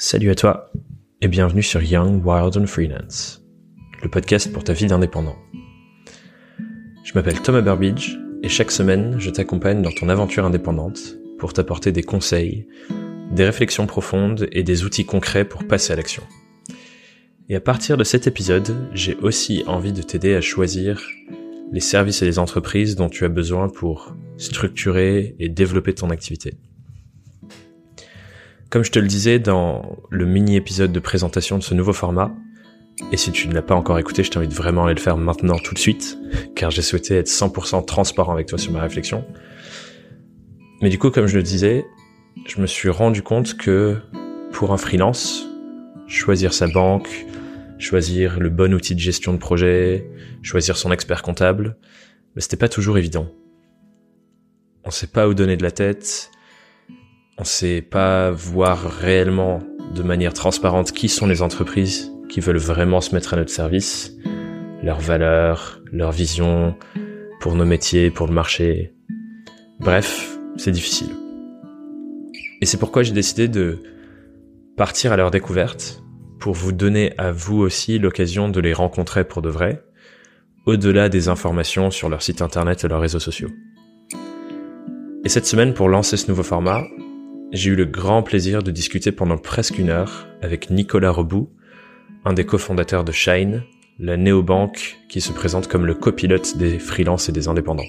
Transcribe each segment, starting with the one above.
Salut à toi et bienvenue sur Young, Wild and Freelance, le podcast pour ta vie d'indépendant. Je m'appelle Thomas Burbidge et chaque semaine je t'accompagne dans ton aventure indépendante pour t'apporter des conseils, des réflexions profondes et des outils concrets pour passer à l'action. Et à partir de cet épisode, j'ai aussi envie de t'aider à choisir les services et les entreprises dont tu as besoin pour structurer et développer ton activité. Comme je te le disais dans le mini-épisode de présentation de ce nouveau format, et si tu ne l'as pas encore écouté, je t'invite vraiment à aller le faire maintenant tout de suite, car j'ai souhaité être 100% transparent avec toi sur ma réflexion. Mais du coup, comme je le disais, je me suis rendu compte que pour un freelance, choisir sa banque, choisir le bon outil de gestion de projet, choisir son expert comptable, c'était pas toujours évident. On sait pas où donner de la tête, on sait pas voir réellement de manière transparente qui sont les entreprises qui veulent vraiment se mettre à notre service, leurs valeurs, leur vision pour nos métiers, pour le marché. Bref, c'est difficile. Et c'est pourquoi j'ai décidé de partir à leur découverte pour vous donner à vous aussi l'occasion de les rencontrer pour de vrai, au-delà des informations sur leur site internet et leurs réseaux sociaux. Et cette semaine, pour lancer ce nouveau format, j'ai eu le grand plaisir de discuter pendant presque 1 heure avec Nicolas Rebout, un des cofondateurs de Shine, la néobanque qui se présente comme le copilote des freelances et des indépendants.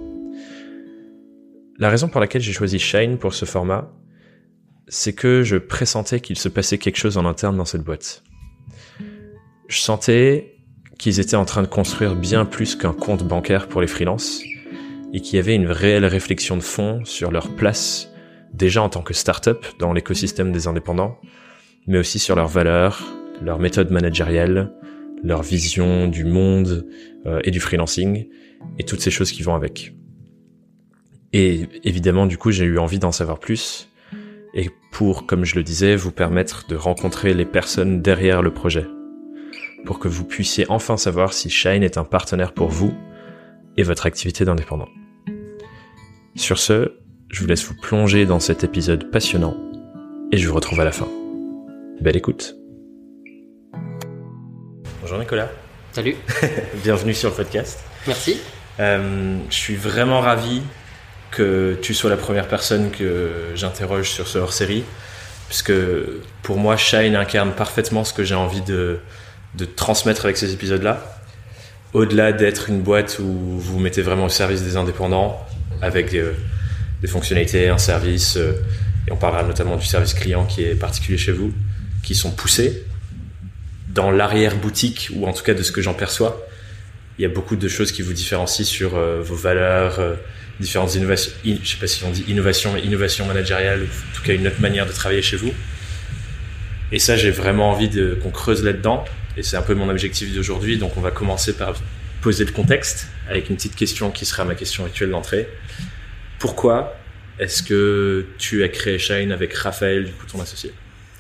La raison pour laquelle j'ai choisi Shine pour ce format, c'est que je pressentais qu'il se passait quelque chose en interne dans cette boîte. Je sentais qu'ils étaient en train de construire bien plus qu'un compte bancaire pour les freelances et qu'il y avait une réelle réflexion de fond sur leur place déjà en tant que start-up dans l'écosystème des indépendants, mais aussi sur leurs valeurs, leurs méthodes managériales, leur vision du monde et du freelancing, et toutes ces choses qui vont avec. Et évidemment, du coup, j'ai eu envie d'en savoir plus, et pour, comme je le disais, vous permettre de rencontrer les personnes derrière le projet, pour que vous puissiez enfin savoir si Shine est un partenaire pour vous et votre activité d'indépendant. Sur ce, je vous laisse vous plonger dans cet épisode passionnant et je vous retrouve à la fin. Belle écoute. Bonjour Nicolas. Salut. Bienvenue sur le podcast. Merci. Je suis vraiment ravi que tu sois la première personne que j'interroge sur ce hors-série, puisque pour moi, Shine incarne parfaitement ce que j'ai envie de transmettre avec ces épisodes-là. Au-delà d'être une boîte où vous vous mettez vraiment au service des indépendants, avec des fonctionnalités, un service, et on parlera notamment du service client qui est particulier chez vous, qui sont poussés dans l'arrière-boutique, ou en tout cas de ce que j'en perçois. Il y a beaucoup de choses qui vous différencient sur vos valeurs, différentes innovations, je sais pas si on dit innovation, mais innovation managériale, en tout cas une autre manière de travailler chez vous. Et ça, j'ai vraiment envie qu'on creuse là-dedans, et c'est un peu mon objectif d'aujourd'hui, donc on va commencer par poser le contexte, avec une petite question qui sera ma question rituelle d'entrée. Pourquoi est-ce que tu as créé Shine avec Raphaël, du coup ton associé ?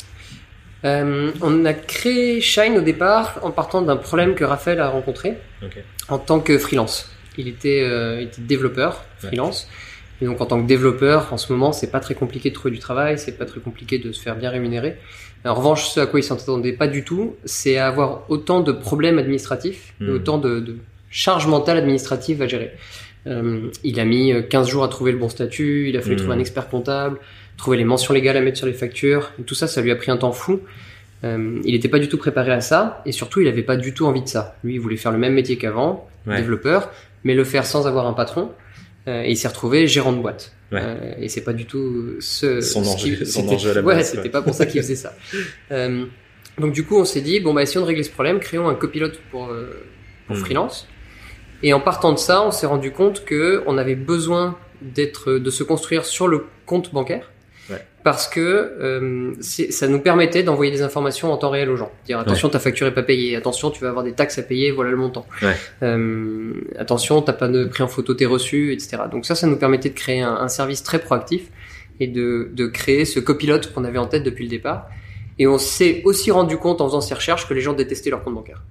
On a créé Shine au départ en partant d'un problème que Raphaël a rencontré en tant que freelance. Il était développeur freelance. Ouais. Et donc en tant que développeur, en ce moment, c'est pas très compliqué de trouver du travail, c'est pas très compliqué de se faire bien rémunérer. En revanche, ce à quoi il s'attendait pas du tout, c'est à avoir autant de problèmes administratifs et autant de charges mentales administratives à gérer. Il a mis 15 jours à trouver le bon statut, il a fallu trouver un expert comptable, trouver les mentions légales à mettre sur les factures, et tout ça, ça lui a pris un temps fou. Il n'était pas du tout préparé à ça, et surtout, il n'avait pas du tout envie de ça. Lui, il voulait faire le même métier qu'avant, développeur, mais le faire sans avoir un patron, et il s'est retrouvé gérant de boîte. Et c'est pas du tout son enjeu à la base. C'était pas pour ça qu'il faisait ça. Donc du coup, on s'est dit, essayons de régler ce problème, créons un copilote pour freelance. Et en partant de ça, on s'est rendu compte que on avait besoin de se construire sur le compte bancaire, parce que ça nous permettait d'envoyer des informations en temps réel aux gens. Dire attention, ta facture est pas payée, attention, tu vas avoir des taxes à payer, voilà le montant. Attention, t'as pas pris en photo tes reçus, etc. Donc ça nous permettait de créer un service très proactif et de créer ce copilote qu'on avait en tête depuis le départ. Et on s'est aussi rendu compte en faisant ces recherches que les gens détestaient leur compte bancaire.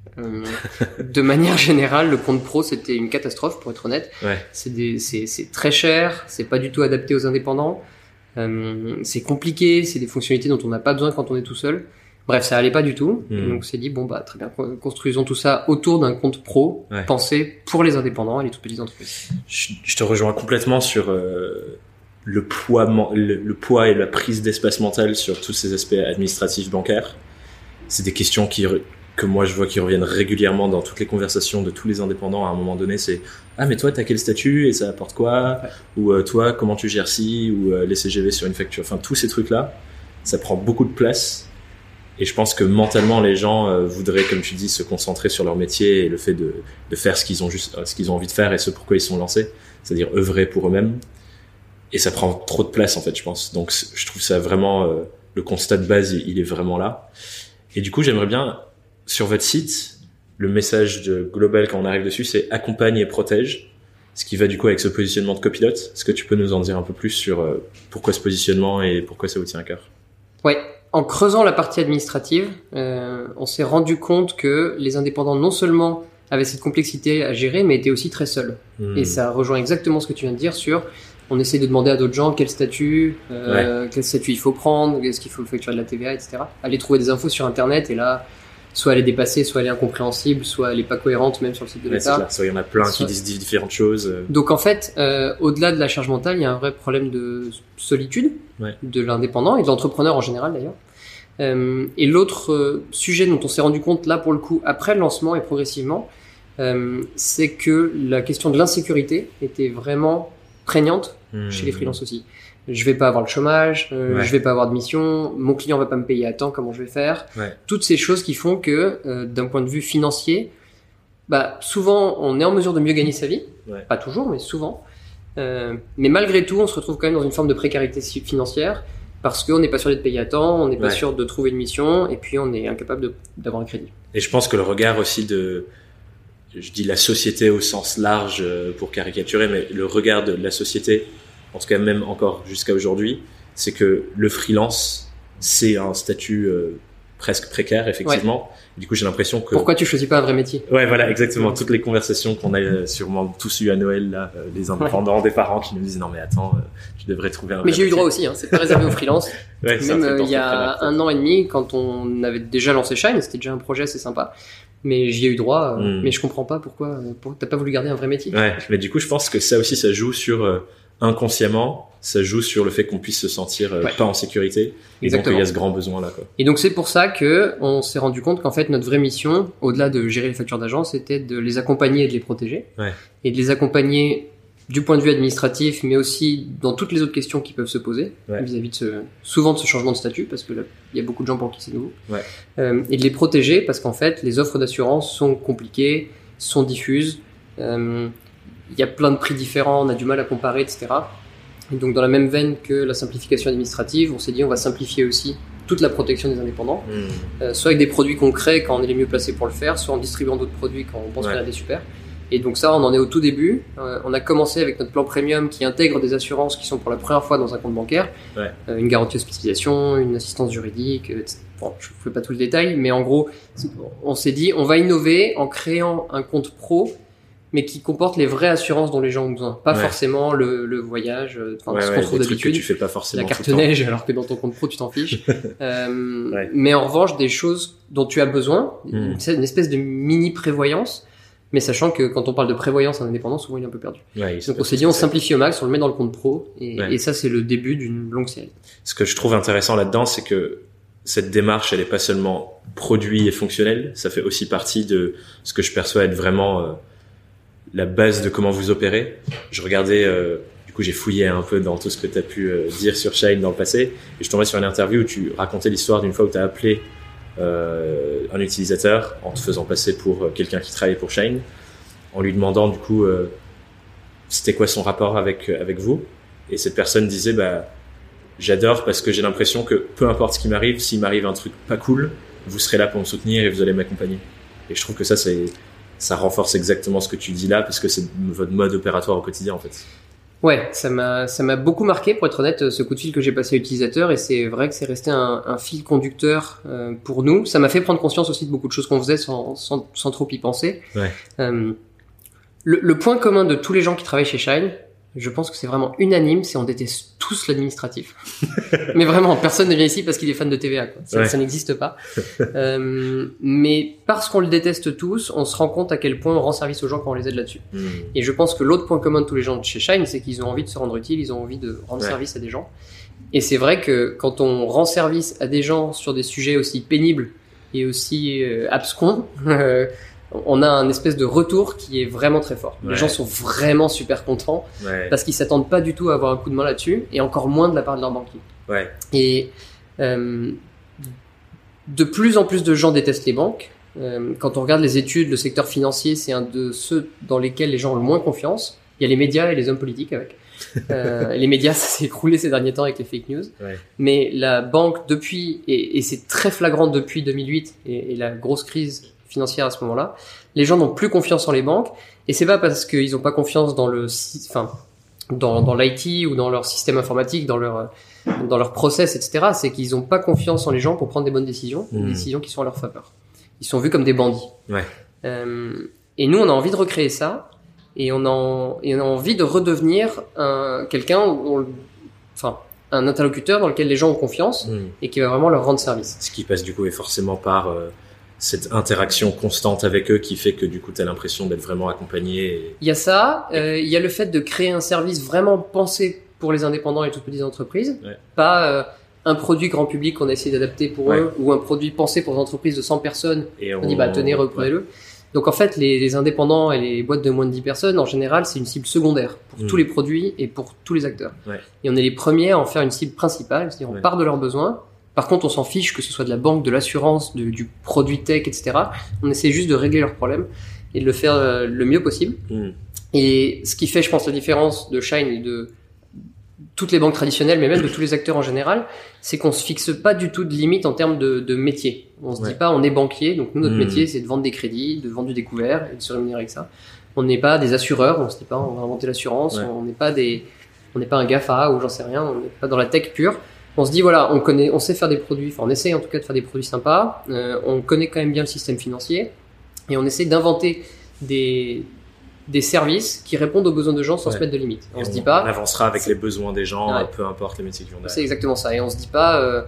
De manière générale, le compte pro, c'était une catastrophe, pour être honnête. C'est très cher, c'est pas du tout adapté aux indépendants. C'est compliqué, c'est des fonctionnalités dont on n'a pas besoin quand on est tout seul. Bref, ça allait pas du tout. Et donc on s'est dit très bien, construisons tout ça autour d'un compte pro pensé pour les indépendants et les toutes petites entreprises. Je te rejoins complètement sur le poids et la prise d'espace mental sur tous ces aspects administratifs bancaires. C'est des questions que moi je vois qui reviennent régulièrement dans toutes les conversations de tous les indépendants. À un moment donné, c'est mais toi t'as quel statut et ça apporte quoi, ou toi comment tu gères ci, ou les CGV sur une facture. Enfin, tous ces trucs là, ça prend beaucoup de place. Et je pense que mentalement, les gens voudraient, comme tu dis, se concentrer sur leur métier et le fait de faire ce qu'ils ont envie de faire et ce pourquoi ils sont lancés, c'est-à-dire œuvrer pour eux-mêmes. Et ça prend trop de place, en fait, je pense. Donc, je trouve ça vraiment le constat de base, il est vraiment là. Et du coup, j'aimerais bien, sur votre site, le message de global quand on arrive dessus, c'est accompagne et protège. Ce qui va du coup avec ce positionnement de copilote. Est-ce que tu peux nous en dire un peu plus sur pourquoi ce positionnement et pourquoi ça vous tient à cœur? Ouais. En creusant la partie administrative, on s'est rendu compte que les indépendants non seulement avaient cette complexité à gérer, mais étaient aussi très seuls. Et ça rejoint exactement ce que tu viens de dire sur on essaie de demander à d'autres gens quel statut il faut prendre, est-ce qu'il faut facturer de la TVA, etc. Aller trouver des infos sur Internet et là, soit elle est dépassée, soit elle est incompréhensible, soit elle est pas cohérente même sur le site de l'État. Soit il y en a plein qui disent différentes choses. Donc en fait, au-delà de la charge mentale, il y a un vrai problème de solitude de l'indépendant et de l'entrepreneur en général d'ailleurs. Et l'autre sujet dont on s'est rendu compte là pour le coup après le lancement et progressivement, c'est que la question de l'insécurité était vraiment prégnante chez les freelances aussi. Je vais pas avoir le chômage, je vais pas avoir de mission, mon client va pas me payer à temps, comment je vais faire? Toutes ces choses qui font que d'un point de vue financier, souvent on est en mesure de mieux gagner sa vie, pas toujours mais souvent, mais malgré tout on se retrouve quand même dans une forme de précarité financière parce qu'on n'est pas sûr d'être payé à temps, on n'est pas sûr de trouver une mission et puis on est incapable d'avoir un crédit. Et je pense que le regard aussi je dis la société au sens large pour caricaturer, mais le regard de la société, en tout cas même encore jusqu'à aujourd'hui, c'est que le freelance, c'est un statut presque précaire, effectivement. Du coup, j'ai l'impression que... Pourquoi tu choisis pas un vrai métier? Ouais, voilà, exactement. Toutes les conversations qu'on a sûrement tous eues à Noël, là, les indépendants, des parents qui nous disent non mais attends, tu devrais trouver un vrai Mais j'ai métier. eu droit aussi, c'est pas réservé aux freelance. Même il y a 1 an et demi, quand on avait déjà lancé Shine, c'était déjà un projet assez sympa. Mais j'y ai eu droit, mais je comprends pas pourquoi t'as pas voulu garder un vrai métier. Ouais, mais du coup, je pense que ça aussi, ça joue sur inconsciemment, ça joue sur le fait qu'on puisse se sentir pas en sécurité. Et donc, il y a ce grand besoin-là, quoi. Et donc, c'est pour ça que on s'est rendu compte qu'en fait, notre vraie mission, au-delà de gérer les factures d'agence, c'était de les accompagner et de les protéger. Et de les accompagner du point de vue administratif, mais aussi dans toutes les autres questions qui peuvent se poser vis-à-vis de souvent de ce changement de statut, parce que là, il y a beaucoup de gens pour qui c'est nouveau. Et de les protéger parce qu'en fait, les offres d'assurance sont compliquées, sont diffuses, il y a plein de prix différents, on a du mal à comparer, etc. Et donc, dans la même veine que la simplification administrative, on s'est dit on va simplifier aussi toute la protection des indépendants, soit avec des produits concrets quand on est les mieux placés pour le faire, soit en distribuant d'autres produits quand on pense qu'on a des super. Et donc ça, on en est au tout début. On a commencé avec notre plan premium qui intègre des assurances qui sont pour la première fois dans un compte bancaire, une garantie hospitalisation, une assistance juridique, etc. Bon, je ne fais pas tout le détail, mais en gros, on s'est dit on va innover en créant un compte pro, mais qui comporte les vraies assurances dont les gens ont besoin, pas forcément le voyage, ce qu'on trouve d'habitude, que tu fais pas forcément la carte neige, alors que dans ton compte pro tu t'en fiches. Mais en revanche, des choses dont tu as besoin, une espèce de mini prévoyance. Mais sachant que quand on parle de prévoyance en indépendant, souvent il est un peu perdu. Donc on s'est dit on simplifie au max, on le met dans le compte pro et ça c'est le début d'une longue série. Ce que je trouve intéressant là-dedans, c'est que cette démarche, elle est pas seulement produit et fonctionnelle, ça fait aussi partie de ce que je perçois être vraiment la base de comment vous opérez. Je regardais, du coup j'ai fouillé un peu dans tout ce que tu as pu dire sur Shine dans le passé et je tombais sur une interview où tu racontais l'histoire d'une fois où tu as appelé un utilisateur en te faisant passer pour quelqu'un qui travaillait pour Shine, en lui demandant du coup c'était quoi son rapport avec vous, et cette personne disait j'adore parce que j'ai l'impression que peu importe ce qui m'arrive, s'il m'arrive un truc pas cool, vous serez là pour me soutenir et vous allez m'accompagner. Et je trouve que ça renforce exactement ce que tu dis là, parce que c'est votre mode opératoire au quotidien en fait. Ouais, ça m'a beaucoup marqué, pour être honnête, ce coup de fil que j'ai passé à l'utilisateur, et c'est vrai que c'est resté un fil conducteur pour nous. Ça m'a fait prendre conscience aussi de beaucoup de choses qu'on faisait sans trop y penser. Le point commun de tous les gens qui travaillent chez Shine, je pense que c'est vraiment unanime, c'est on déteste tous l'administratif. Mais vraiment, personne ne vient ici parce qu'il est fan de TVA, quoi. Ça n'existe pas. Mais parce qu'on le déteste tous, on se rend compte à quel point on rend service aux gens quand on les aide là-dessus. Et je pense que l'autre point commun de tous les gens de chez Shine, c'est qu'ils ont envie de se rendre utile, ils ont envie de rendre service à des gens. Et c'est vrai que quand on rend service à des gens sur des sujets aussi pénibles et aussi abscons, on a un espèce de retour qui est vraiment très fort. Les gens sont vraiment super contents parce qu'ils s'attendent pas du tout à avoir un coup de main là-dessus et encore moins de la part de leur banquier. Et de plus en plus de gens détestent les banques. Quand on regarde les études, le secteur financier, c'est un de ceux dans lesquels les gens ont le moins confiance. Il y a les médias et les hommes politiques avec. Les médias, ça s'est écroulé ces derniers temps avec les fake news. Mais la banque, depuis, et c'est très flagrant depuis 2008 et la grosse crise financière à ce moment-là, les gens n'ont plus confiance en les banques, et c'est pas parce qu'ils n'ont pas confiance dans dans l'IT ou dans leur système informatique, dans leur process, etc. C'est qu'ils n'ont pas confiance en les gens pour prendre des bonnes décisions, des décisions qui sont à leur faveur. Ils sont vus comme des bandits. Et nous, on a envie de recréer ça, et on a envie de redevenir un interlocuteur dans lequel les gens ont confiance et qui va vraiment leur rendre service. Ce qui passe du coup est forcément par cette interaction constante avec eux qui fait que du coup tu as l'impression d'être vraiment accompagné. Il y a ça, il y a le fait de créer un service vraiment pensé pour les indépendants et toutes petites entreprises, pas un produit grand public qu'on a essayé d'adapter pour eux, ou un produit pensé pour des entreprises de 100 personnes, et on dit tenez, reprenez-le. Donc en fait, les indépendants et les boîtes de moins de 10 personnes, en général, c'est une cible secondaire pour tous les produits et pour tous les acteurs. Et on est les premiers à en faire une cible principale, c'est-à-dire on part de leurs besoins. Par contre, on s'en fiche que ce soit de la banque, de l'assurance, du produit tech, etc. On essaie juste de régler leurs problèmes et de le faire le mieux possible. Et ce qui fait, je pense, la différence de Shine et de toutes les banques traditionnelles, mais même de tous les acteurs en général, c'est qu'on se fixe pas du tout de limite en termes de métier. On se dit pas, on est banquier, donc nous, notre métier, c'est de vendre des crédits, de vendre du découvert et de se rémunérer avec ça. On n'est pas des assureurs, on se dit pas, on va inventer l'assurance, on n'est pas un GAFA ou j'en sais rien, on n'est pas dans la tech pure. On se dit voilà, on sait faire des produits, on essaye en tout cas de faire des produits sympas, on connaît quand même bien le système financier et on essaie d'inventer des services qui répondent aux besoins de gens sans se mettre de limites. On avancera avec les besoins des gens, peu importe les métiers qu'ils ont derrière. C'est exactement ça. Et on se dit pas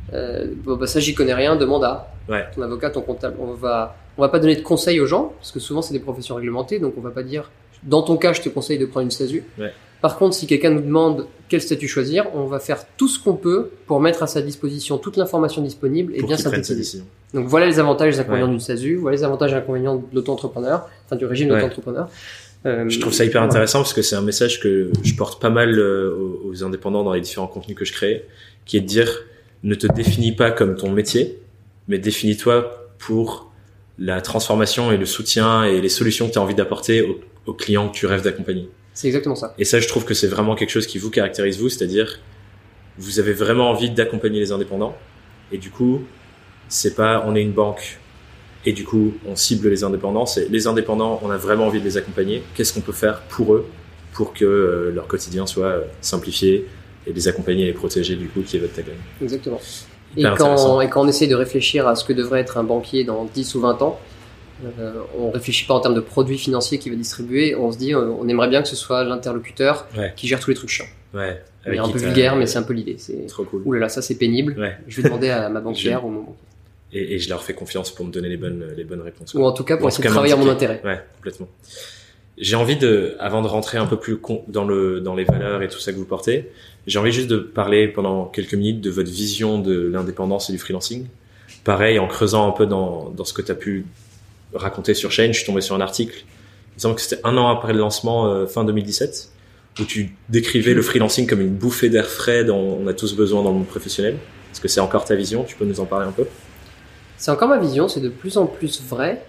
ça j'y connais rien, demande à ton avocat, ton comptable. On va pas donner de conseils aux gens parce que souvent c'est des professions réglementées, donc on va pas dire dans ton cas je te conseille de prendre une SASU. Par contre, si quelqu'un nous demande quel statut choisir, on va faire tout ce qu'on peut pour mettre à sa disposition toute l'information disponible et bien synthétiser. Donc voilà les avantages et les inconvénients d'une SASU, voilà les avantages et les inconvénients de l'auto-entrepreneur, enfin du régime d'auto-entrepreneur. Je trouve ça hyper intéressant parce que c'est un message que je porte pas mal aux indépendants dans les différents contenus que je crée, qui est de dire ne te définis pas comme ton métier, mais définis-toi pour la transformation et le soutien et les solutions que tu as envie d'apporter aux clients que tu rêves d'accompagner. C'est exactement ça. Et ça, je trouve que c'est vraiment quelque chose qui vous caractérise vous, c'est-à-dire vous avez vraiment envie d'accompagner les indépendants. Et du coup, c'est pas on est une banque et du coup on cible les indépendants. C'est les indépendants, on a vraiment envie de les accompagner. Qu'est-ce qu'on peut faire pour eux pour que leur quotidien soit simplifié et les accompagner et les protéger du coup qui est votre tagline. Exactement. Et quand on essaie de réfléchir à ce que devrait être un banquier dans 10 ou 20 ans, on réfléchit pas en termes de produits financiers qu'il va distribuer, on se dit on aimerait bien que ce soit l'interlocuteur qui gère tous les trucs chiants. C'est un peu vulgaire mais c'est un peu l'idée. C'est trop cool. Ouh là là, ça c'est pénible. Je vais demander à ma banquière ou mon banquier. Et je leur fais confiance pour me donner les bonnes réponses. Ou en tout cas pour essayer de travailler à mon intérêt. Ouais, complètement. J'ai envie avant de rentrer un peu plus dans les valeurs et tout ça que vous portez, j'ai envie juste de parler pendant quelques minutes de votre vision de l'indépendance et du freelancing. Pareil, en creusant un peu dans ce que tu as pu raconter sur Shine, je suis tombé sur un article. Il me semble que c'était 1 an après le lancement, fin 2017, où tu décrivais le freelancing comme une bouffée d'air frais dont on a tous besoin dans le monde professionnel. Est-ce que c'est encore ta vision? Tu peux nous en parler un peu? C'est encore ma vision, c'est de plus en plus vrai.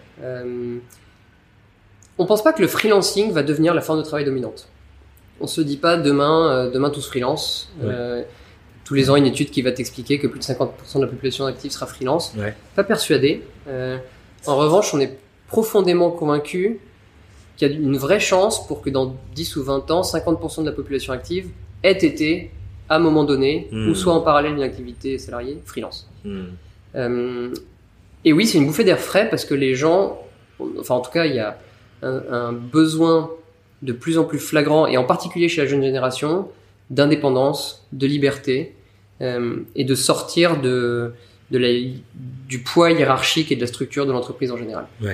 On pense pas que le freelancing va devenir la forme de travail dominante. On se dit pas demain tous freelance. Tous les ans, une étude qui va t'expliquer que plus de 50% de la population active sera freelance. Pas persuadé. En revanche, on est profondément convaincu qu'il y a une vraie chance pour que dans 10 ou 20 ans, 50% de la population active ait été, à un moment donné, ou soit en parallèle d'une activité salariée, freelance. Et oui, c'est une bouffée d'air frais parce que les gens, enfin en tout cas, il y a un besoin de plus en plus flagrant, et en particulier chez la jeune génération, d'indépendance, de liberté, et de sortir du poids hiérarchique et de la structure de l'entreprise en général. Ouais.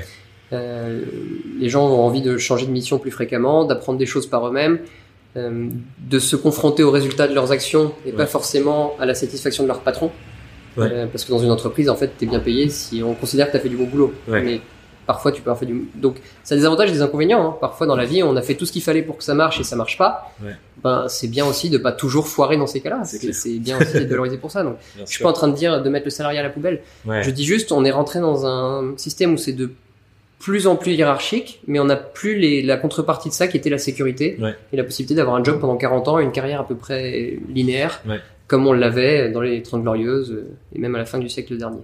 Les gens ont envie de changer de mission plus fréquemment, d'apprendre des choses par eux-mêmes, de se confronter aux résultats de leurs actions et pas forcément à la satisfaction de leur patron. Ouais. Parce que dans une entreprise, en fait, t'es bien payé si on considère que t'as fait du bon boulot. Ouais. Mais parfois, tu peux avoir fait donc, ça a des avantages et des inconvénients. Hein. Parfois, dans la vie, on a fait tout ce qu'il fallait pour que ça marche et ça marche pas. Ouais. Ben, c'est bien aussi de pas toujours foirer dans ces cas-là. C'est bien aussi d'être valorisé pour ça. Donc, je suis pas en train de dire de mettre le salarié à la poubelle. Ouais. Je dis juste, on est rentré dans un système où c'est de plus en plus hiérarchique, mais on n'a plus la contrepartie de ça qui était la sécurité et la possibilité d'avoir un job pendant 40 ans, une carrière à peu près linéaire, comme on l'avait dans les 30 Glorieuses et même à la fin du siècle dernier.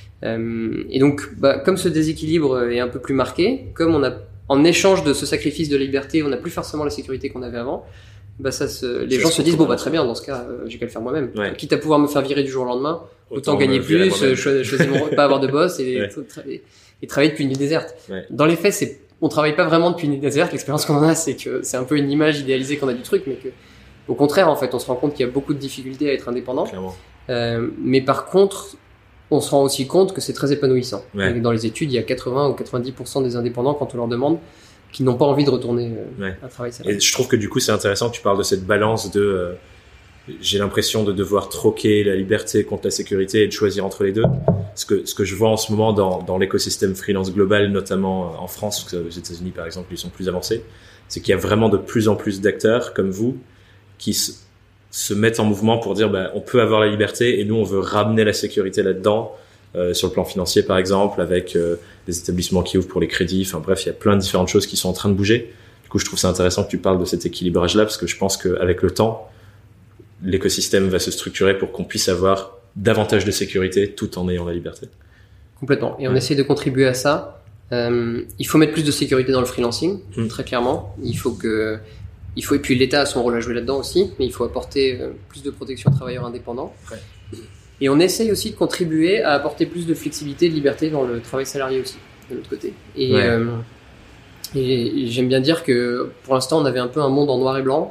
Et donc, comme ce déséquilibre est un peu plus marqué, comme on a, en échange de ce sacrifice de liberté, on n'a plus forcément la sécurité qu'on avait avant, les gens se disent, très bien, dans ce cas, j'ai qu'à le faire moi-même. Ouais. Quitte à pouvoir me faire virer du jour au lendemain, autant gagner plus, choisir pas avoir de boss et travailler depuis une île déserte. Ouais. Dans les faits, on travaille pas vraiment depuis une île déserte. L'expérience qu'on en a, c'est que c'est un peu une image idéalisée qu'on a du truc, mais que, au contraire, en fait, on se rend compte qu'il y a beaucoup de difficultés à être indépendant. Mais par contre, on se rend aussi compte que c'est très épanouissant. Ouais. Dans les études, il y a 80 ou 90% des indépendants, quand on leur demande, qui n'ont pas envie de retourner à travailler salarié. Et je trouve que du coup, c'est intéressant que tu parles de cette balance de j'ai l'impression de devoir troquer la liberté contre la sécurité et de choisir entre les deux. Ce que je vois en ce moment dans l'écosystème freelance global, notamment en France, parce que aux États-Unis par exemple, ils sont plus avancés, c'est qu'il y a vraiment de plus en plus d'acteurs comme vous qui se mettent en mouvement pour dire on peut avoir la liberté et nous on veut ramener la sécurité là-dedans, sur le plan financier par exemple, avec des établissements qui ouvrent pour les crédits. Enfin bref, il y a plein de différentes choses qui sont en train de bouger. Du coup, je trouve ça intéressant que tu parles de cet équilibrage-là, parce que je pense qu'avec le temps, l'écosystème va se structurer pour qu'on puisse avoir davantage de sécurité tout en ayant la liberté. Complètement. Et on essaie de contribuer à ça. Il faut mettre plus de sécurité dans le freelancing, très clairement. Et puis l'État a son rôle à jouer là-dedans aussi, mais il faut apporter plus de protection aux travailleurs indépendants. Ouais. Et on essaye aussi de contribuer à apporter plus de flexibilité et de liberté dans le travail salarié aussi, de l'autre côté. Et j'aime bien dire que pour l'instant, on avait un peu un monde en noir et blanc.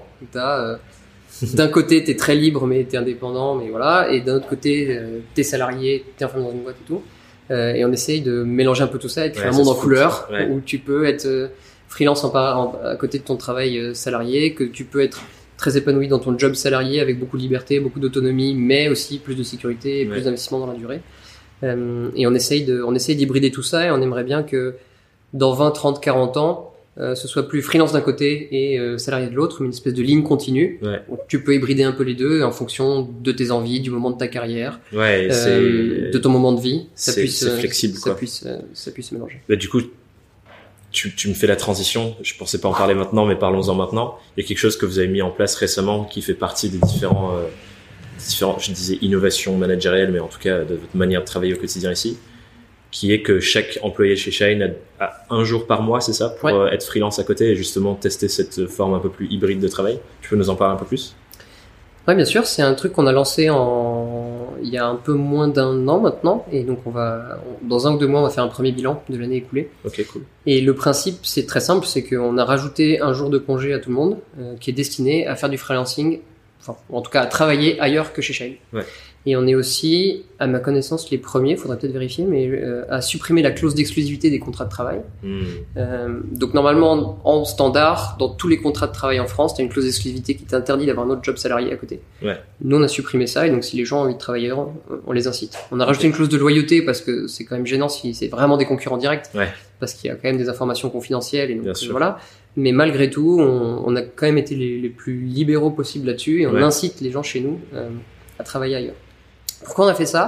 D'un côté, t'es très libre, mais t'es indépendant, mais voilà. Et d'un autre côté, t'es salarié, t'es enfermé dans une boîte et tout. Et on essaye de mélanger un peu tout ça et de créer un monde en couleur, où tu peux être freelance à côté de ton travail salarié, que tu peux être très épanoui dans ton job salarié avec beaucoup de liberté, beaucoup d'autonomie, mais aussi plus de sécurité et plus d'investissement dans la durée. Et on essaye d'hybrider tout ça, et on aimerait bien que dans 20, 30, 40 ans, ce soit plus freelance d'un côté et salarié de l'autre, mais une espèce de ligne continue. Ouais. Où tu peux hybrider un peu les deux en fonction de tes envies, du moment de ta carrière, de ton moment de vie. C'est flexible, ça puisse se mélanger. Du coup, tu me fais la transition. Je pensais pas en parler maintenant, mais parlons-en maintenant. Il y a quelque chose que vous avez mis en place récemment qui fait partie des différents, je disais innovations managériales, mais en tout cas de votre manière de travailler au quotidien ici, qui est que chaque employé chez Shine a un jour par mois, c'est ça, pour être freelance à côté et justement tester cette forme un peu plus hybride de travail. Tu peux nous en parler un peu plus ? Oui, bien sûr. C'est un truc qu'on a lancé il y a un peu moins d'un an maintenant. Et donc, dans 1 ou 2 mois, on va faire un premier bilan de l'année écoulée. Ok, cool. Et le principe, c'est très simple. C'est qu'on a rajouté un jour de congé à tout le monde, qui est destiné à faire du freelancing, enfin, en tout cas, à travailler ailleurs que chez Shine. Ouais. Et on est aussi, à ma connaissance, les premiers, faudrait peut-être vérifier, mais à supprimer la clause d'exclusivité des contrats de travail. Donc normalement, en standard, dans tous les contrats de travail en France, tu as une clause d'exclusivité qui t'interdit d'avoir un autre job salarié à côté. Ouais. Nous, on a supprimé ça, et donc si les gens ont envie de travailler, on les incite. On a rajouté une clause de loyauté, parce que c'est quand même gênant si c'est vraiment des concurrents directs, parce qu'il y a quand même des informations confidentielles, et donc voilà. Mais malgré tout, on a quand même été les plus libéraux possibles là-dessus, et on incite les gens chez nous à travailler ailleurs. Pourquoi on a fait ça ?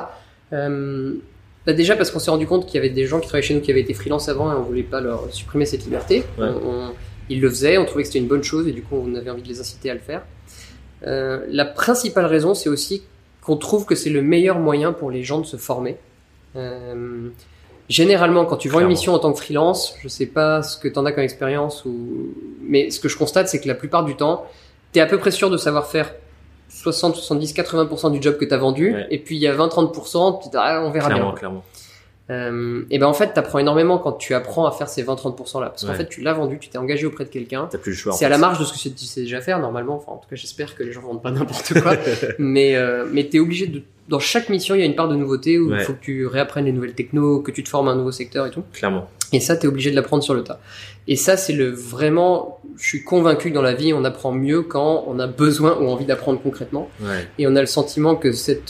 Déjà parce qu'on s'est rendu compte qu'il y avait des gens qui travaillaient chez nous qui avaient été freelance avant, et on voulait pas leur supprimer cette liberté. Ils le faisaient, on trouvait que c'était une bonne chose, et du coup on avait envie de les inciter à le faire. La principale raison, c'est aussi qu'on trouve que c'est le meilleur moyen pour les gens de se former. Généralement, quand tu vends une mission en tant que freelance, je sais pas ce que t'en as comme expérience, mais ce que je constate, c'est que la plupart du temps, t'es à peu près sûr de savoir faire 60, 70, 80% du job que t'as vendu, et puis il y a 20, 30%, on verra bien. Clairement. Et ben en fait, t'apprends énormément quand tu apprends à faire ces 20-30% là, parce qu'en fait, tu l'as vendu, tu t'es engagé auprès de quelqu'un. T'as plus le choix. C'est à la marge de ce que tu sais déjà faire normalement. Enfin, en tout cas, j'espère que les gens vendent pas n'importe quoi. mais t'es obligé de. Dans chaque mission, il y a une part de nouveauté où il faut que tu réapprennes les nouvelles technos, que tu te formes à un nouveau secteur et tout. Clairement. Et ça, t'es obligé de l'apprendre sur le tas. Et ça, c'est vraiment. Je suis convaincu que dans la vie, on apprend mieux quand on a besoin ou envie d'apprendre concrètement. Et on a le sentiment que cette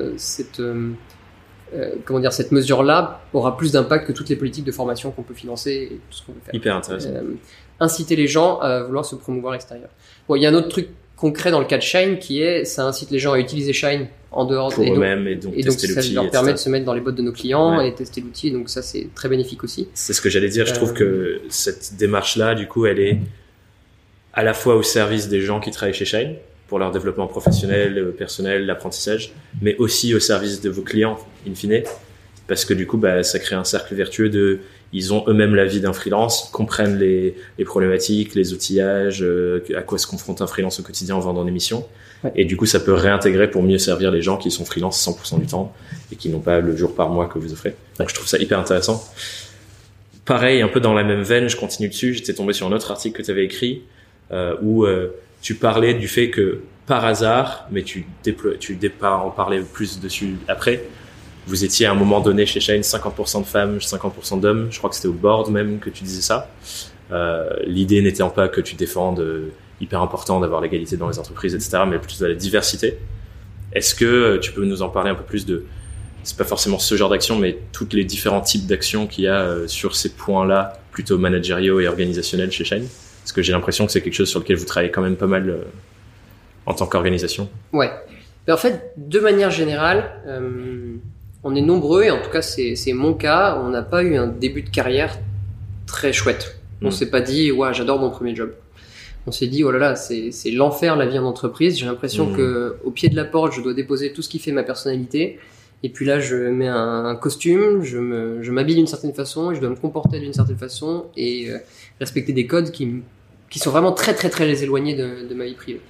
mesure-là aura plus d'impact que toutes les politiques de formation qu'on peut financer et tout ce qu'on peut faire. Hyper intéressant. Inciter les gens à vouloir se promouvoir à l'extérieur. Bon, il y a un autre truc concret dans le cas de Shine qui est, ça incite les gens à utiliser Shine en dehors pour eux-mêmes et donc tester l'outil. Ça leur permet de se mettre dans les bottes de nos clients et tester l'outil. Et donc ça, c'est très bénéfique aussi. C'est ce que j'allais dire. Je trouve que cette démarche-là, du coup, elle est à la fois au service des gens qui travaillent chez Shine pour leur développement professionnel, personnel, l'apprentissage, mais aussi au service de vos clients, in fine, parce que du coup, ça crée un cercle vertueux ils ont eux-mêmes la vie d'un freelance, ils comprennent les problématiques, les outillages, à quoi se confronte un freelance au quotidien en vendant des missions, et du coup, ça peut réintégrer pour mieux servir les gens qui sont freelance 100% du temps et qui n'ont pas le jour par mois que vous offrez. Donc, je trouve ça hyper intéressant. Pareil, un peu dans la même veine, je continue dessus, j'étais tombé sur un autre article que tu avais écrit, où tu parlais du fait que par hasard, mais tu en parler plus dessus après, vous étiez à un moment donné chez Shine 50% de femmes, 50% d'hommes, je crois que c'était au board même que tu disais ça. L'idée n'étant pas que tu défendes hyper important d'avoir l'égalité dans les entreprises, etc., mais plutôt de la diversité. Est-ce que tu peux nous en parler un peu plus c'est pas forcément ce genre d'action, mais tous les différents types d'actions qu'il y a sur ces points-là, plutôt managériaux et organisationnels chez Shine? Parce que j'ai l'impression que c'est quelque chose sur lequel vous travaillez quand même pas mal en tant qu'organisation. Ouais. Mais en fait, de manière générale, on est nombreux, et en tout cas c'est mon cas, on n'a pas eu un début de carrière très chouette. On s'est pas dit, ouais, j'adore mon premier job. On s'est dit, oh là là, c'est l'enfer la vie en entreprise. J'ai l'impression que au pied de la porte, je dois déposer tout ce qui fait ma personnalité. Et puis là, je mets un costume, je m'habille d'une certaine façon, et je dois me comporter d'une certaine façon et respecter des codes qui sont vraiment très très très éloignés de ma vie privée.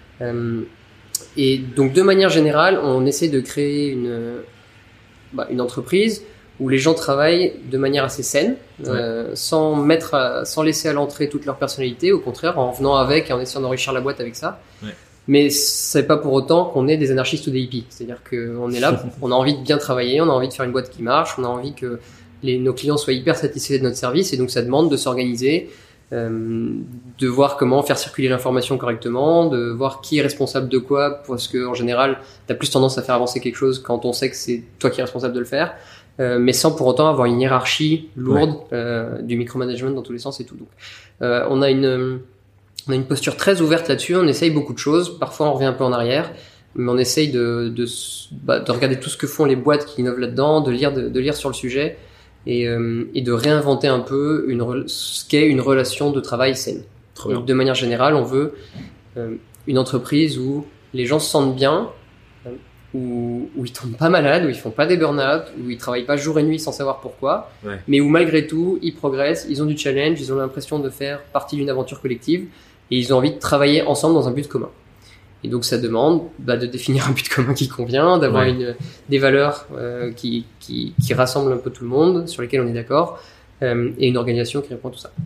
Et donc de manière générale, on essaie de créer une entreprise où les gens travaillent de manière assez saine, sans laisser à l'entrée toute leur personnalité, au contraire, en venant avec et en essayant d'enrichir la boîte avec ça. Mais c'est pas pour autant qu'on est des anarchistes ou des hippies. C'est-à-dire qu'on est là, on a envie de bien travailler, on a envie de faire une boîte qui marche, on a envie que nos clients soient hyper satisfaits de notre service, et donc ça demande de s'organiser, de voir comment faire circuler l'information correctement, de voir qui est responsable de quoi, parce que en général, t'as plus tendance à faire avancer quelque chose quand on sait que c'est toi qui es responsable de le faire, mais sans pour autant avoir une hiérarchie lourde, du micromanagement dans tous les sens et tout. Donc, on a une posture très ouverte là-dessus, on essaye beaucoup de choses, parfois on revient un peu en arrière, mais on essaye de regarder tout ce que font les boîtes qui innovent là-dedans, de lire sur le sujet, et de réinventer un peu ce qu'est une relation de travail saine. Donc, de manière générale, on veut une entreprise où les gens se sentent bien, où ils tombent pas malades, où ils font pas des burn-out, où ils travaillent pas jour et nuit sans savoir pourquoi, mais où malgré tout, ils progressent, ils ont du challenge, ils ont l'impression de faire partie d'une aventure collective, et ils ont envie de travailler ensemble dans un but commun. Et donc ça demande de définir un but commun qui convient, d'avoir des valeurs qui rassemblent un peu tout le monde, sur lesquelles on est d'accord, et une organisation qui répond à tout ça.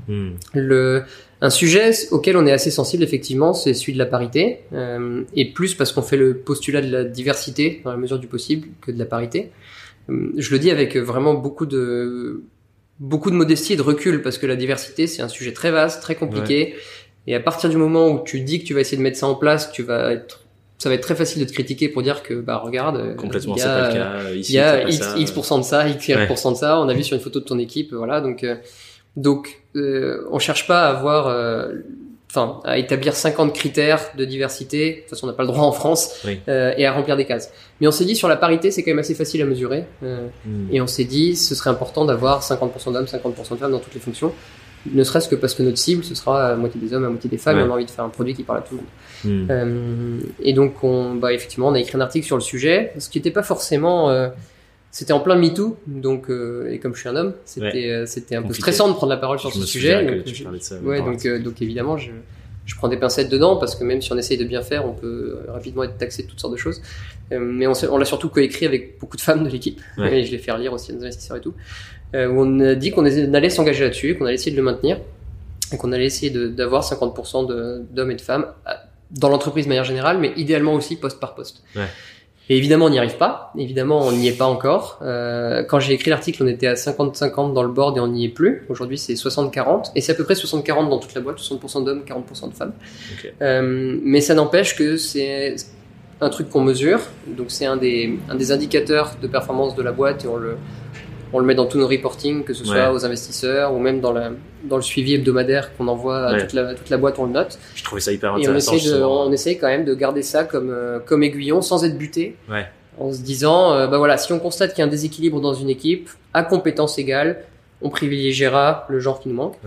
Un sujet auquel on est assez sensible, effectivement, c'est celui de la parité, et plus parce qu'on fait le postulat de la diversité dans la mesure du possible que de la parité. Je le dis avec vraiment beaucoup de modestie et de recul, parce que la diversité, c'est un sujet très vaste, très compliqué, et à partir du moment où tu dis que tu vas essayer de mettre ça en place, ça va être très facile de te critiquer pour dire que, regarde, complètement, c'est pas le cas. Ici, il y a X% de ça, X% de ça, on a vu sur une photo de ton équipe, voilà, donc, on cherche pas à avoir, à établir 50 critères de diversité. De toute façon, on n'a pas le droit en France, et à remplir des cases. Mais on s'est dit, sur la parité, c'est quand même assez facile à mesurer, et on s'est dit, ce serait important d'avoir 50% d'hommes, 50% de femmes dans toutes les fonctions. Ne serait-ce que parce que notre cible, ce sera à moitié des hommes, à moitié des femmes, et on a envie de faire un produit qui parle à tout le monde. Et donc, effectivement, on a écrit un article sur le sujet, ce qui n'était pas forcément, c'était en plein MeToo, donc, et comme je suis un homme, c'était un peu stressant de prendre la parole sur ce sujet. Donc évidemment, je prends des pincettes dedans, parce que même si on essaye de bien faire, on peut rapidement être taxé de toutes sortes de choses. mais on l'a surtout coécrit avec beaucoup de femmes de l'équipe, et je l'ai fait relire aussi à nos investisseurs et tout, où on a dit qu'on allait s'engager là-dessus, qu'on allait essayer de le maintenir, et qu'on allait essayer d'avoir 50% d'hommes et de femmes dans l'entreprise de manière générale, mais idéalement aussi poste par poste. Et évidemment, on n'y arrive pas. Évidemment, on n'y est pas encore. Quand j'ai écrit l'article, on était à 50-50 dans le board et on n'y est plus. Aujourd'hui, c'est 60-40. Et c'est à peu près 60-40 dans toute la boîte. 60% d'hommes, 40% de femmes. Mais ça n'empêche que c'est un truc qu'on mesure. Donc, c'est un des indicateurs de performance de la boîte et on le met dans tous nos reporting, que ce soit aux investisseurs ou même dans le suivi hebdomadaire qu'on envoie à toute la boîte, on le note. Je trouvais ça hyper intéressant. Et on essaye quand même de garder ça comme aiguillon sans être buté. En se disant, voilà, si on constate qu'il y a un déséquilibre dans une équipe, à compétences égales, on privilégiera le genre qui nous manque.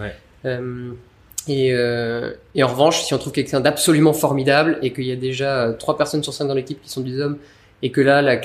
Et en revanche, si on trouve quelqu'un d'absolument formidable et qu'il y a déjà 3 personnes sur 5 dans l'équipe qui sont des hommes, et que là, la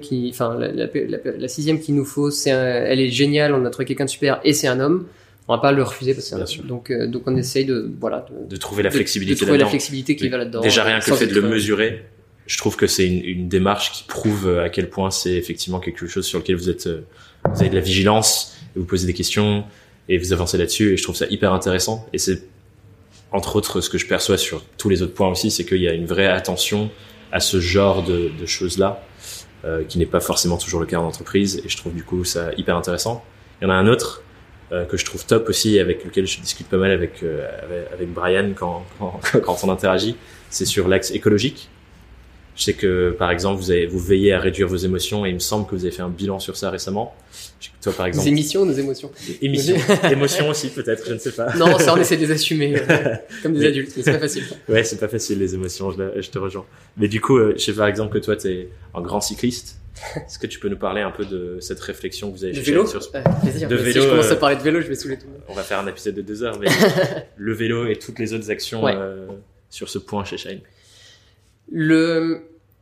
sixième qu'il nous faut, elle est géniale, on a trouvé quelqu'un de super et c'est un homme, on va pas le refuser parce que c'est un homme. Donc on essaye de trouver la flexibilité de trouver la flexibilité qui va là-dedans. Déjà rien que le fait de le mesurer, je trouve que c'est une démarche qui prouve à quel point c'est effectivement quelque chose sur lequel vous avez de la vigilance, et vous posez des questions et vous avancez là-dessus, et je trouve ça hyper intéressant. Et c'est entre autres ce que je perçois sur tous les autres points aussi, c'est qu'il y a une vraie attention à ce genre de choses-là, qui n'est pas forcément toujours le cas en entreprise, et je trouve du coup ça hyper intéressant. Il y en a un autre que je trouve top aussi, avec lequel je discute pas mal avec Brian quand on interagit, c'est sur l'axe écologique. Je sais que par exemple vous veillez à réduire vos émotions, et il me semble que vous avez fait un bilan sur ça récemment. Toi par exemple. Des émissions, des émotions. Émotions aussi peut-être, je ne sais pas. Non, ça on essaie de les assumer comme des adultes, mais c'est pas facile. Ouais, c'est pas facile les émotions, je te rejoins. Mais du coup, je sais par exemple que toi t'es un grand cycliste. Est-ce que tu peux nous parler un peu de cette réflexion que vous avez fait sur ce plaisir. De vélo, si je commence à parler de vélo, je vais saouler tout le monde. On va faire un épisode de 2 heures, mais le vélo et toutes les autres actions sur ce point chez Shine. Le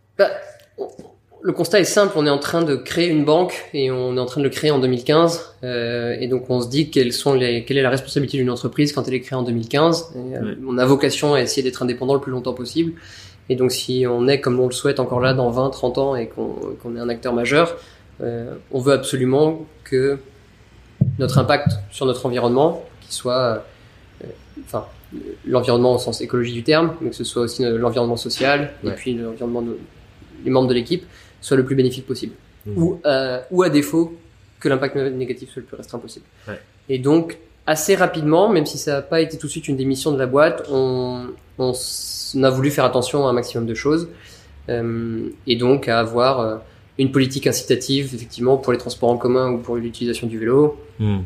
constat est simple, on est en train de créer une banque et on est en train de le créer en 2015, et donc on se dit quelle est la responsabilité d'une entreprise quand elle est créée en 2015. On a vocation à essayer d'être indépendant le plus longtemps possible, et donc si on est comme on le souhaite encore là dans 20-30 ans et qu'on est un acteur majeur, on veut absolument que notre impact sur notre environnement, qui soit l'environnement au sens écologique du terme, mais que ce soit aussi l'environnement social, et puis l'environnement les membres de l'équipe, soit le plus bénéfique possible. Ou à défaut, que l'impact négatif soit le plus restreint possible. Et donc, assez rapidement, même si ça n'a pas été tout de suite une des missions de la boîte, on a voulu faire attention à un maximum de choses, et donc à avoir une politique incitative, effectivement, pour les transports en commun ou pour l'utilisation du vélo.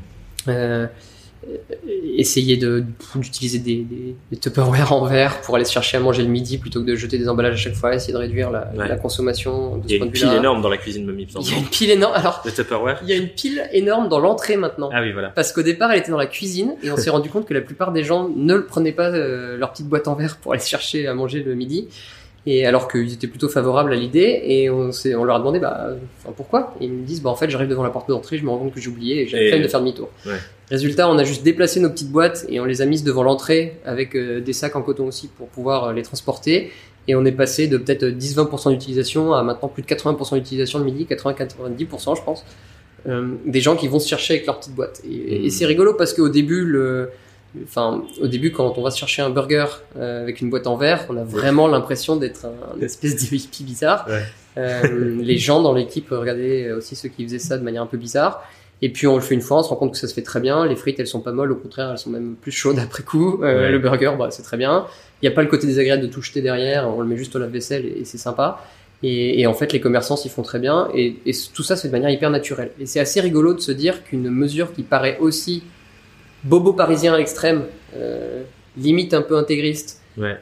Essayer d'utiliser des Tupperware en verre pour aller se chercher à manger le midi plutôt que de jeter des emballages à chaque fois, essayer de réduire la consommation de ce point de vue-là. Il y a une pile énorme dans la cuisine Mommy. Il y a une pile énorme. Alors, de Tupperware. Il y a une pile énorme dans l'entrée maintenant. Ah oui, voilà. Parce qu'au départ, elle était dans la cuisine et on s'est rendu compte que la plupart des gens ne le prenaient pas leur petite boîte en verre pour aller se chercher à manger le midi. Et alors qu'ils étaient plutôt favorables à l'idée, et on leur a demandé pourquoi, et ils me disent en fait j'arrive devant la porte d'entrée, je me rends compte que j'ai oublié et j'ai flemme de faire demi-tour. Résultat, on a juste déplacé nos petites boîtes et on les a mises devant l'entrée avec des sacs en coton aussi pour pouvoir les transporter, et on est passé de peut-être 10-20% d'utilisation à maintenant plus de 80% d'utilisation le midi, 80-90% je pense, des gens qui vont se chercher avec leur petite boîte. Et c'est rigolo parce qu'au début quand on va se chercher un burger avec une boîte en verre, on a vraiment l'impression d'être une espèce de hippie bizarre. Les gens dans l'équipe regardaient aussi ceux qui faisaient ça de manière un peu bizarre. Et puis on le fait une fois, on se rend compte que ça se fait très bien. Les frites, elles sont pas molles, au contraire, elles sont même plus chaudes après coup. Le burger, c'est très bien. Il n'y a pas le côté désagréable de tout jeter derrière. On le met juste au lave-vaisselle et c'est sympa. Et en fait, les commerçants s'y font très bien. Et tout ça, c'est de manière hyper naturelle. Et c'est assez rigolo de se dire qu'une mesure qui paraît aussi bobo parisien à l'extrême, limite un peu intégriste,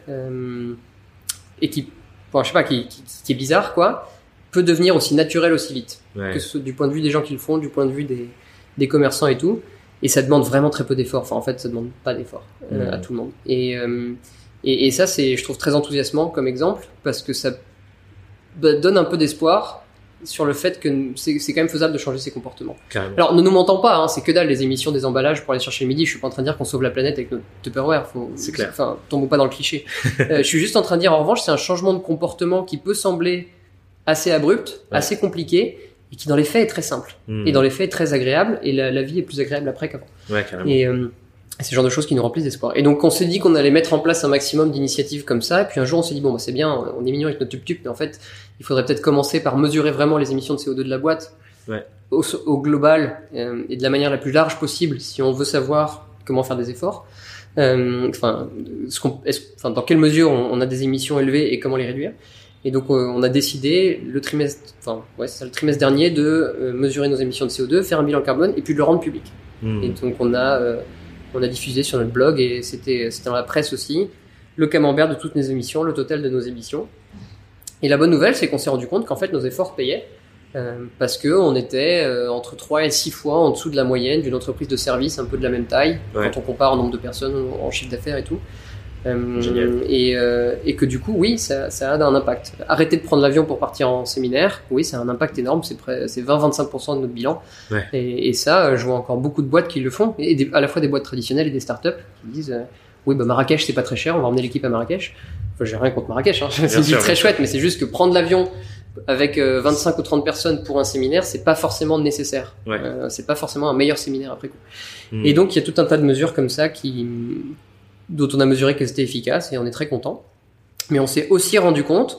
et qui est bizarre, quoi, peut devenir aussi naturel aussi vite, que ce soit du point de vue des gens qui le font, du point de vue des commerçants et tout, et ça demande vraiment très peu d'efforts. Enfin, en fait, ça demande pas d'efforts à tout le monde. Et ça, c'est, je trouve, très enthousiasmant comme exemple, parce que ça donne un peu d'espoir sur le fait que c'est quand même faisable de changer ses comportements. Carrément. Alors, ne nous mentons pas, c'est que dalle les émissions des emballages pour aller chercher le midi. Je suis pas en train de dire qu'on sauve la planète avec notre Tupperware. C'est clair. Enfin, tombons pas dans le cliché. Je suis juste en train de dire, en revanche, c'est un changement de comportement qui peut sembler assez abrupte, assez compliquée, et qui dans les faits est très simple. Et dans les faits est très agréable, et la vie est plus agréable après qu'avant. Ouais, carrément. Et c'est le genre de choses qui nous remplissent d'espoir. Et donc on s'est dit qu'on allait mettre en place un maximum d'initiatives comme ça, et puis un jour on s'est dit bon bah c'est bien, on est mignon avec notre tup-tup, mais en fait il faudrait peut-être commencer par mesurer vraiment les émissions de CO2 de la boîte au global, et de la manière la plus large possible si on veut savoir comment faire des efforts. Dans quelle mesure on a des émissions élevées et comment les réduire. Et donc on a décidé le trimestre dernier de mesurer nos émissions de CO2, faire un bilan carbone et puis de le rendre public. Et donc on a diffusé sur notre blog, et c'était dans la presse aussi, le camembert de toutes nos émissions, le total de nos émissions. Et la bonne nouvelle, c'est qu'on s'est rendu compte qu'en fait nos efforts payaient, parce que on était entre 3 et 6 fois en dessous de la moyenne d'une entreprise de service un peu de la même taille, quand on compare en nombre de personnes, en chiffre d'affaires et tout. Et que du coup, oui, ça a un impact. Arrêter de prendre l'avion pour partir en séminaire, oui, ça a un impact énorme, c'est 20-25% de notre bilan. Et ça, je vois encore beaucoup de boîtes qui le font, et à la fois des boîtes traditionnelles et des startups qui disent oui, bah Marrakech c'est pas très cher, on va emmener l'équipe à Marrakech. Enfin, j'ai rien contre Marrakech, hein. C'est très chouette, mais c'est juste que prendre l'avion avec 25 ou 30 personnes pour un séminaire, c'est pas forcément nécessaire. C'est pas forcément un meilleur séminaire après coup. Et donc il y a tout un tas de mesures comme ça dont on a mesuré qu'elles étaient efficaces, et on est très content. Mais on s'est aussi rendu compte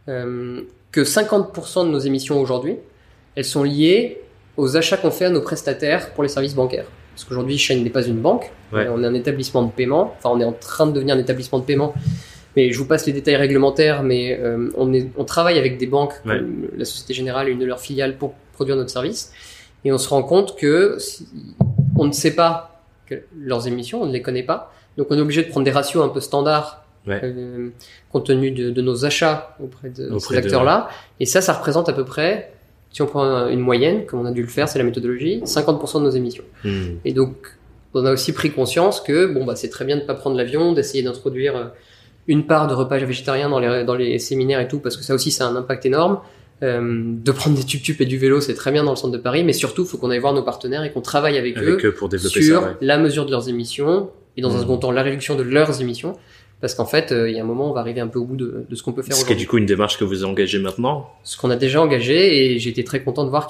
que 50% de nos émissions aujourd'hui, elles sont liées aux achats qu'on fait à nos prestataires pour les services bancaires. Parce qu'aujourd'hui, Shine n'est pas une banque, on est un établissement de paiement, enfin on est en train de devenir un établissement de paiement, mais je vous passe les détails réglementaires, mais on travaille avec des banques, comme la Société Générale et une de leurs filiales, pour produire notre service, et on se rend compte que on ne sait pas leurs émissions, on ne les connaît pas, donc on est obligé de prendre des ratios un peu standards compte tenu de nos achats auprès de ces acteurs-là, et ça représente à peu près, si on prend une moyenne, comme on a dû le faire, c'est la méthodologie, 50% de nos émissions. Et donc on a aussi pris conscience que c'est très bien de pas prendre l'avion, d'essayer d'introduire une part de repas végétariens dans les séminaires et tout, parce que ça aussi ça a un impact énorme. De prendre des tup-tup et du vélo, c'est très bien dans le centre de Paris, mais surtout il faut qu'on aille voir nos partenaires et qu'on travaille avec eux pour développer sur la mesure de leurs émissions, et dans un second temps la réduction de leurs émissions, parce qu'en fait il y a un moment on va arriver un peu au bout de ce qu'on peut faire aujourd'hui. Ce qui est du coup une démarche que vous engagez maintenant. Ce qu'on a déjà engagé, et j'ai été très content de voir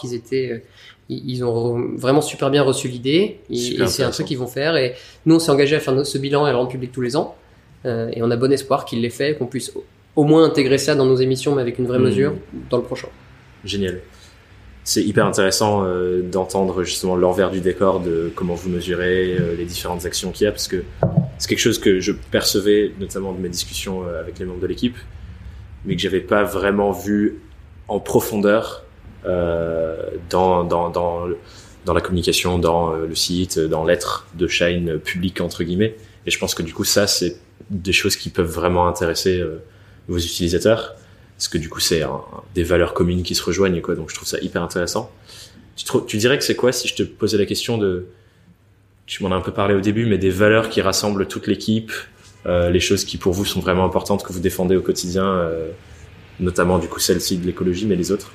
ils ont vraiment super bien reçu l'idée, et c'est un truc qu'ils vont faire, et nous on s'est engagé à faire ce bilan et à le rendre public tous les ans, et on a bon espoir qu'ils l'aient fait, qu'on puisse au moins intégrer ça dans nos émissions, mais avec une vraie mesure dans le prochain. Génial. C'est hyper intéressant d'entendre justement l'envers du décor de comment vous mesurez les différentes actions qu'il y a, parce que c'est quelque chose que je percevais notamment de mes discussions avec les membres de l'équipe, mais que j'avais pas vraiment vu en profondeur dans la communication, dans le site, dans l'être de Shine public entre guillemets. Et je pense que du coup ça c'est des choses qui peuvent vraiment intéresser vos utilisateurs, parce que du coup c'est des valeurs communes qui se rejoignent quoi. Donc je trouve ça hyper intéressant. Tu dirais que c'est quoi, si je te posais la question tu m'en as un peu parlé au début, mais des valeurs qui rassemblent toute l'équipe, les choses qui pour vous sont vraiment importantes, que vous défendez au quotidien, notamment du coup celle-ci de l'écologie, mais les autres?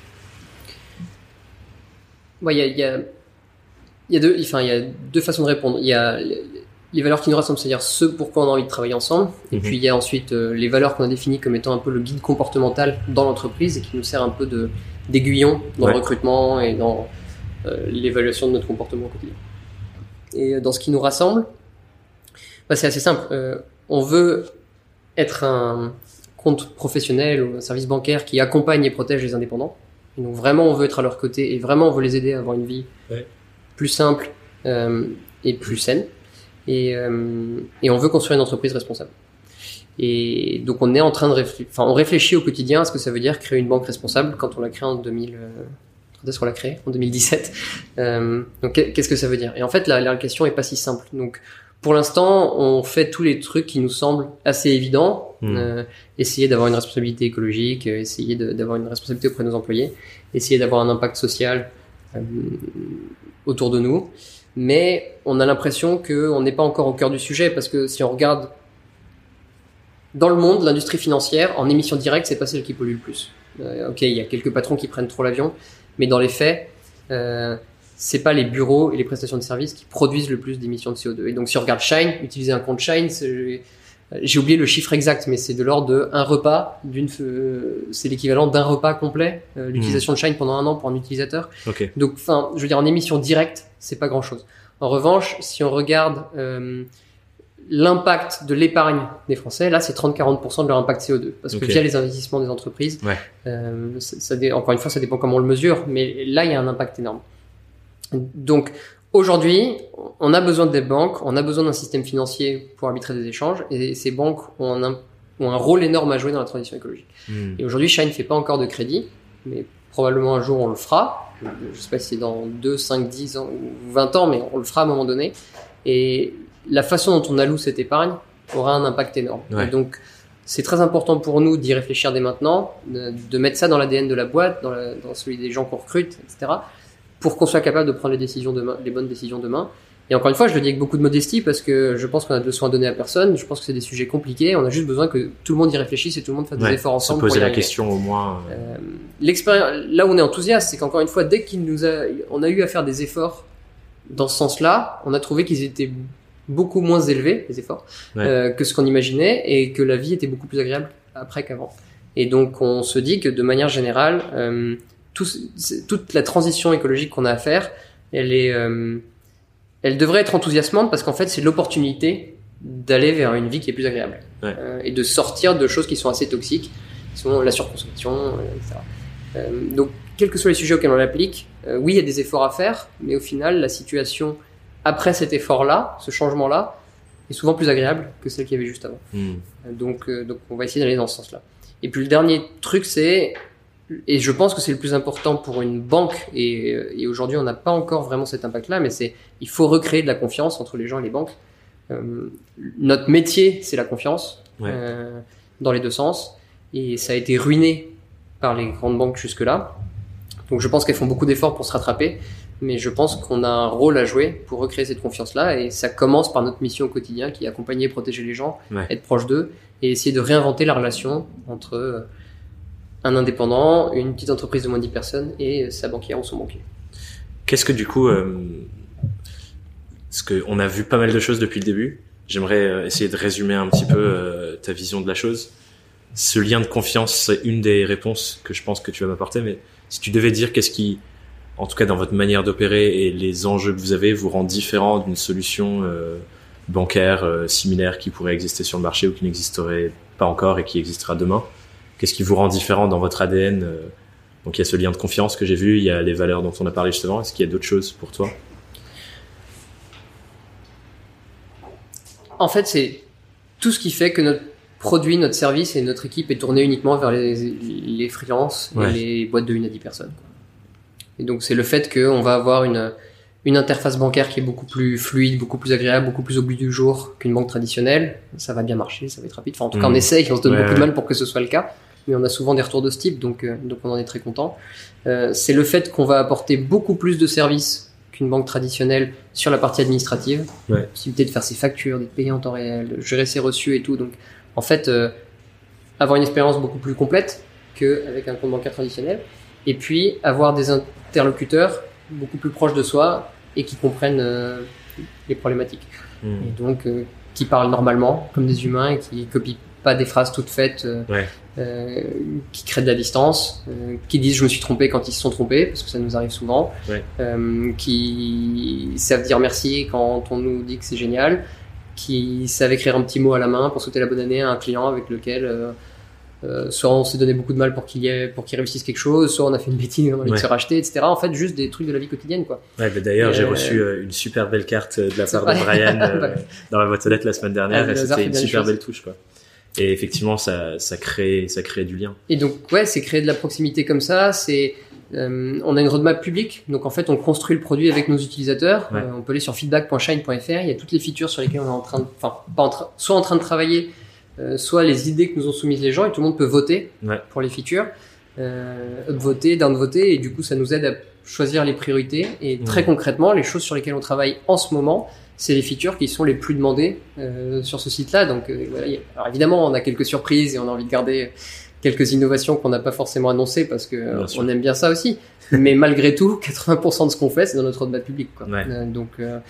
Il y a deux façons de répondre. Il y a les valeurs qui nous rassemblent, c'est-à-dire ce pourquoi on a envie de travailler ensemble, et puis il y a ensuite les valeurs qu'on a définies comme étant un peu le guide comportemental dans l'entreprise, et qui nous sert un peu d'aiguillon dans le recrutement et dans l'évaluation de notre comportement au quotidien. Et dans ce qui nous rassemble, c'est assez simple. On veut être un compte professionnel ou un service bancaire qui accompagne et protège les indépendants. Et donc vraiment, on veut être à leur côté, et vraiment, on veut les aider à avoir une vie plus simple et plus saine. Et on veut construire une entreprise responsable. Et donc on est en train on réfléchit au quotidien à ce que ça veut dire créer une banque responsable quand on l'a créée en 2017. Donc qu'est-ce que ça veut dire? Et en fait la question est pas si simple. Donc pour l'instant on fait tous les trucs qui nous semblent assez évidents, essayer d'avoir une responsabilité écologique, essayer d'avoir une responsabilité auprès de nos employés, essayer d'avoir un impact social autour de nous. Mais on a l'impression qu'on n'est pas encore au cœur du sujet, parce que si on regarde dans le monde, l'industrie financière, en émissions directes, c'est pas celle qui pollue le plus. Ok, il y a quelques patrons qui prennent trop l'avion, mais dans les faits, c'est pas les bureaux et les prestations de services qui produisent le plus d'émissions de CO2. Et donc si on regarde Shine, utiliser un compte Shine, J'ai oublié le chiffre exact, mais c'est de l'ordre de un repas c'est l'équivalent d'un repas complet, l'utilisation de Shine pendant 1 an pour un utilisateur. Okay. Donc, je veux dire, en émission directe, c'est pas grand chose. En revanche, si on regarde, l'impact de l'épargne des Français, là, c'est 30-40% de leur impact CO2. Parce que via les investissements des entreprises, encore une fois, ça dépend comment on le mesure, mais là, il y a un impact énorme. Donc, aujourd'hui, on a besoin des banques, on a besoin d'un système financier pour arbitrer des échanges, et ces banques ont un rôle énorme à jouer dans la transition écologique. Et aujourd'hui, Shine ne fait pas encore de crédit, mais probablement un jour on le fera. Je ne sais pas si c'est dans 2, 5, 10 ans ou 20 ans, mais on le fera à un moment donné. Et la façon dont on alloue cette épargne aura un impact énorme. Et donc, c'est très important pour nous d'y réfléchir dès maintenant, de mettre ça dans l'ADN de la boîte, dans celui des gens qu'on recrute, etc., pour qu'on soit capable de prendre les bonnes décisions demain. Et encore une fois, je le dis avec beaucoup de modestie parce que je pense qu'on a de leçons à donner à personne. Je pense que c'est des sujets compliqués. On a juste besoin que tout le monde y réfléchisse et tout le monde fasse des efforts ensemble. Se poser la question au moins. L'expérience, là où on est enthousiaste, c'est qu'encore une fois, dès on a eu à faire des efforts dans ce sens-là, on a trouvé qu'ils étaient beaucoup moins élevés, les efforts, que ce qu'on imaginait, et que la vie était beaucoup plus agréable après qu'avant. Et donc, on se dit que de manière générale, toute la transition écologique qu'on a à faire, elle devrait être enthousiasmante parce qu'en fait, c'est l'opportunité d'aller vers une vie qui est plus agréable et de sortir de choses qui sont assez toxiques, qui sont la surconsommation, etc. Donc, quels que soient les sujets auxquels on l'applique, oui, il y a des efforts à faire, mais au final, la situation après cet effort-là, ce changement-là, est souvent plus agréable que celle qu'il y avait juste avant. Donc, on va essayer d'aller dans ce sens-là. Et puis, le dernier truc, et je pense que c'est le plus important pour une banque, et aujourd'hui on n'a pas encore vraiment cet impact-là, mais il faut recréer de la confiance entre les gens et les banques. Notre métier, c'est la confiance, dans les deux sens, et ça a été ruiné par les grandes banques jusque-là. Donc je pense qu'elles font beaucoup d'efforts pour se rattraper, mais je pense qu'on a un rôle à jouer pour recréer cette confiance-là, et ça commence par notre mission au quotidien, qui est accompagner et protéger les gens, être proche d'eux, et essayer de réinventer la relation entre un indépendant, une petite entreprise de moins de 10 personnes et sa banquière ou son banquier. Qu'est-ce que du coup, parce qu'on a vu pas mal de choses depuis le début, j'aimerais essayer de résumer un petit peu ta vision de la chose. Ce lien de confiance, c'est une des réponses que je pense que tu vas m'apporter, mais si tu devais dire qu'est-ce qui, en tout cas dans votre manière d'opérer et les enjeux que vous avez, vous rend différent d'une solution bancaire similaire qui pourrait exister sur le marché ou qui n'existerait pas encore et qui existera demain, qu'est-ce qui vous rend différent dans votre ADN? Donc il y a ce lien de confiance que j'ai vu, il y a les valeurs dont on a parlé justement. Est-ce qu'il y a d'autres choses pour toi? En fait, c'est tout ce qui fait que notre produit, notre service et notre équipe est tournée uniquement vers les freelances et les boîtes de 1 à 10 personnes. Et donc c'est le fait qu'on va avoir une interface bancaire qui est beaucoup plus fluide, beaucoup plus agréable, beaucoup plus au bout du jour qu'une banque traditionnelle. Ça va bien marcher, ça va être rapide. Enfin, en tout cas, on essaye, on se donne beaucoup de mal pour que ce soit le cas. Mais on a souvent des retours de ce type, donc on en est très content. C'est le fait qu'on va apporter beaucoup plus de services qu'une banque traditionnelle sur la partie administrative. Possibilité de faire ses factures, d'être payé en temps réel, gérer ses reçus et tout. Donc, en fait, avoir une expérience beaucoup plus complète qu'avec un compte bancaire traditionnel. Et puis, avoir des interlocuteurs beaucoup plus proches de soi et qui comprennent les problématiques. Et donc, qui parlent normalement, comme des humains, et qui copient pas des phrases toutes faites, qui créent de la distance, qui disent je me suis trompé quand ils se sont trompés, parce que ça nous arrive souvent, qui savent dire merci quand on nous dit que c'est génial, qui savent écrire un petit mot à la main pour souhaiter la bonne année à un client avec lequel soit on s'est donné beaucoup de mal pour qu'il réussisse quelque chose, soit on a fait une bêtise et on a envie de se racheter, etc. En fait, juste des trucs de la vie quotidienne, quoi. D'ailleurs, j'ai reçu une super belle carte de la part de Brian dans la boîte aux lettres la semaine dernière, et c'était une super belle touche, quoi. Et effectivement, ça crée du lien. Et donc, c'est créer de la proximité comme ça. On a une roadmap publique, donc en fait, on construit le produit avec nos utilisateurs. On peut aller sur feedback.shine.fr. Il y a toutes les features sur lesquelles on est soit en train de travailler, soit les idées que nous ont soumises les gens, et tout le monde peut voter pour les features, upvoter, downvoter, et du coup, ça nous aide à choisir les priorités. Et très concrètement, les choses sur lesquelles on travaille en ce moment, c'est les features qui sont les plus demandées sur ce site-là. Donc, alors évidemment, on a quelques surprises et on a envie de garder quelques innovations qu'on n'a pas forcément annoncées parce que on aime bien ça aussi. Mais malgré tout, 80% de ce qu'on fait, c'est dans notre roadmap public, quoi. Donc,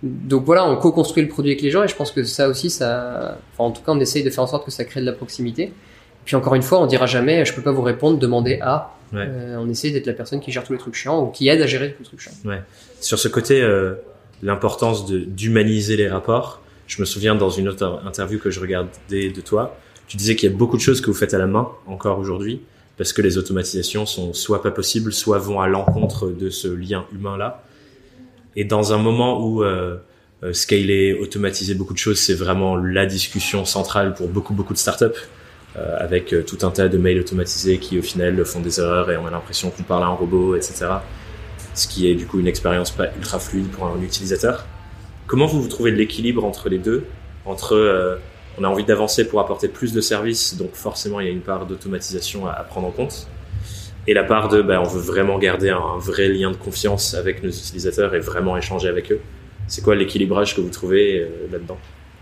Donc voilà, on co-construit le produit avec les gens et je pense que ça aussi, en tout cas, on essaye de faire en sorte que ça crée de la proximité. Puis encore une fois, on dira jamais, je peux pas vous répondre, demandez à. Ouais. On essaie d'être la personne qui gère tous les trucs chiants ou qui aide à gérer tous les trucs chiants. Ouais. Sur ce côté, l'importance d'humaniser les rapports. Je me souviens dans une autre interview que je regardais de toi, tu disais qu'il y a beaucoup de choses que vous faites à la main encore aujourd'hui parce que les automatisations sont soit pas possibles, soit vont à l'encontre de ce lien humain-là. Et dans un moment où scaler, automatiser beaucoup de choses, c'est vraiment la discussion centrale pour beaucoup de startups, avec tout un tas de mails automatisés qui au final font des erreurs et on a l'impression qu'on parle à un robot, etc. Ce qui est du coup une expérience pas ultra fluide pour un utilisateur. Comment vous trouvez l'équilibre entre les deux, entre on a envie d'avancer pour apporter plus de services, donc forcément il y a une part d'automatisation à prendre en compte, et la part de on veut vraiment garder un vrai lien de confiance avec nos utilisateurs et vraiment échanger avec eux. C'est quoi l'équilibrage que vous trouvez là-dedans?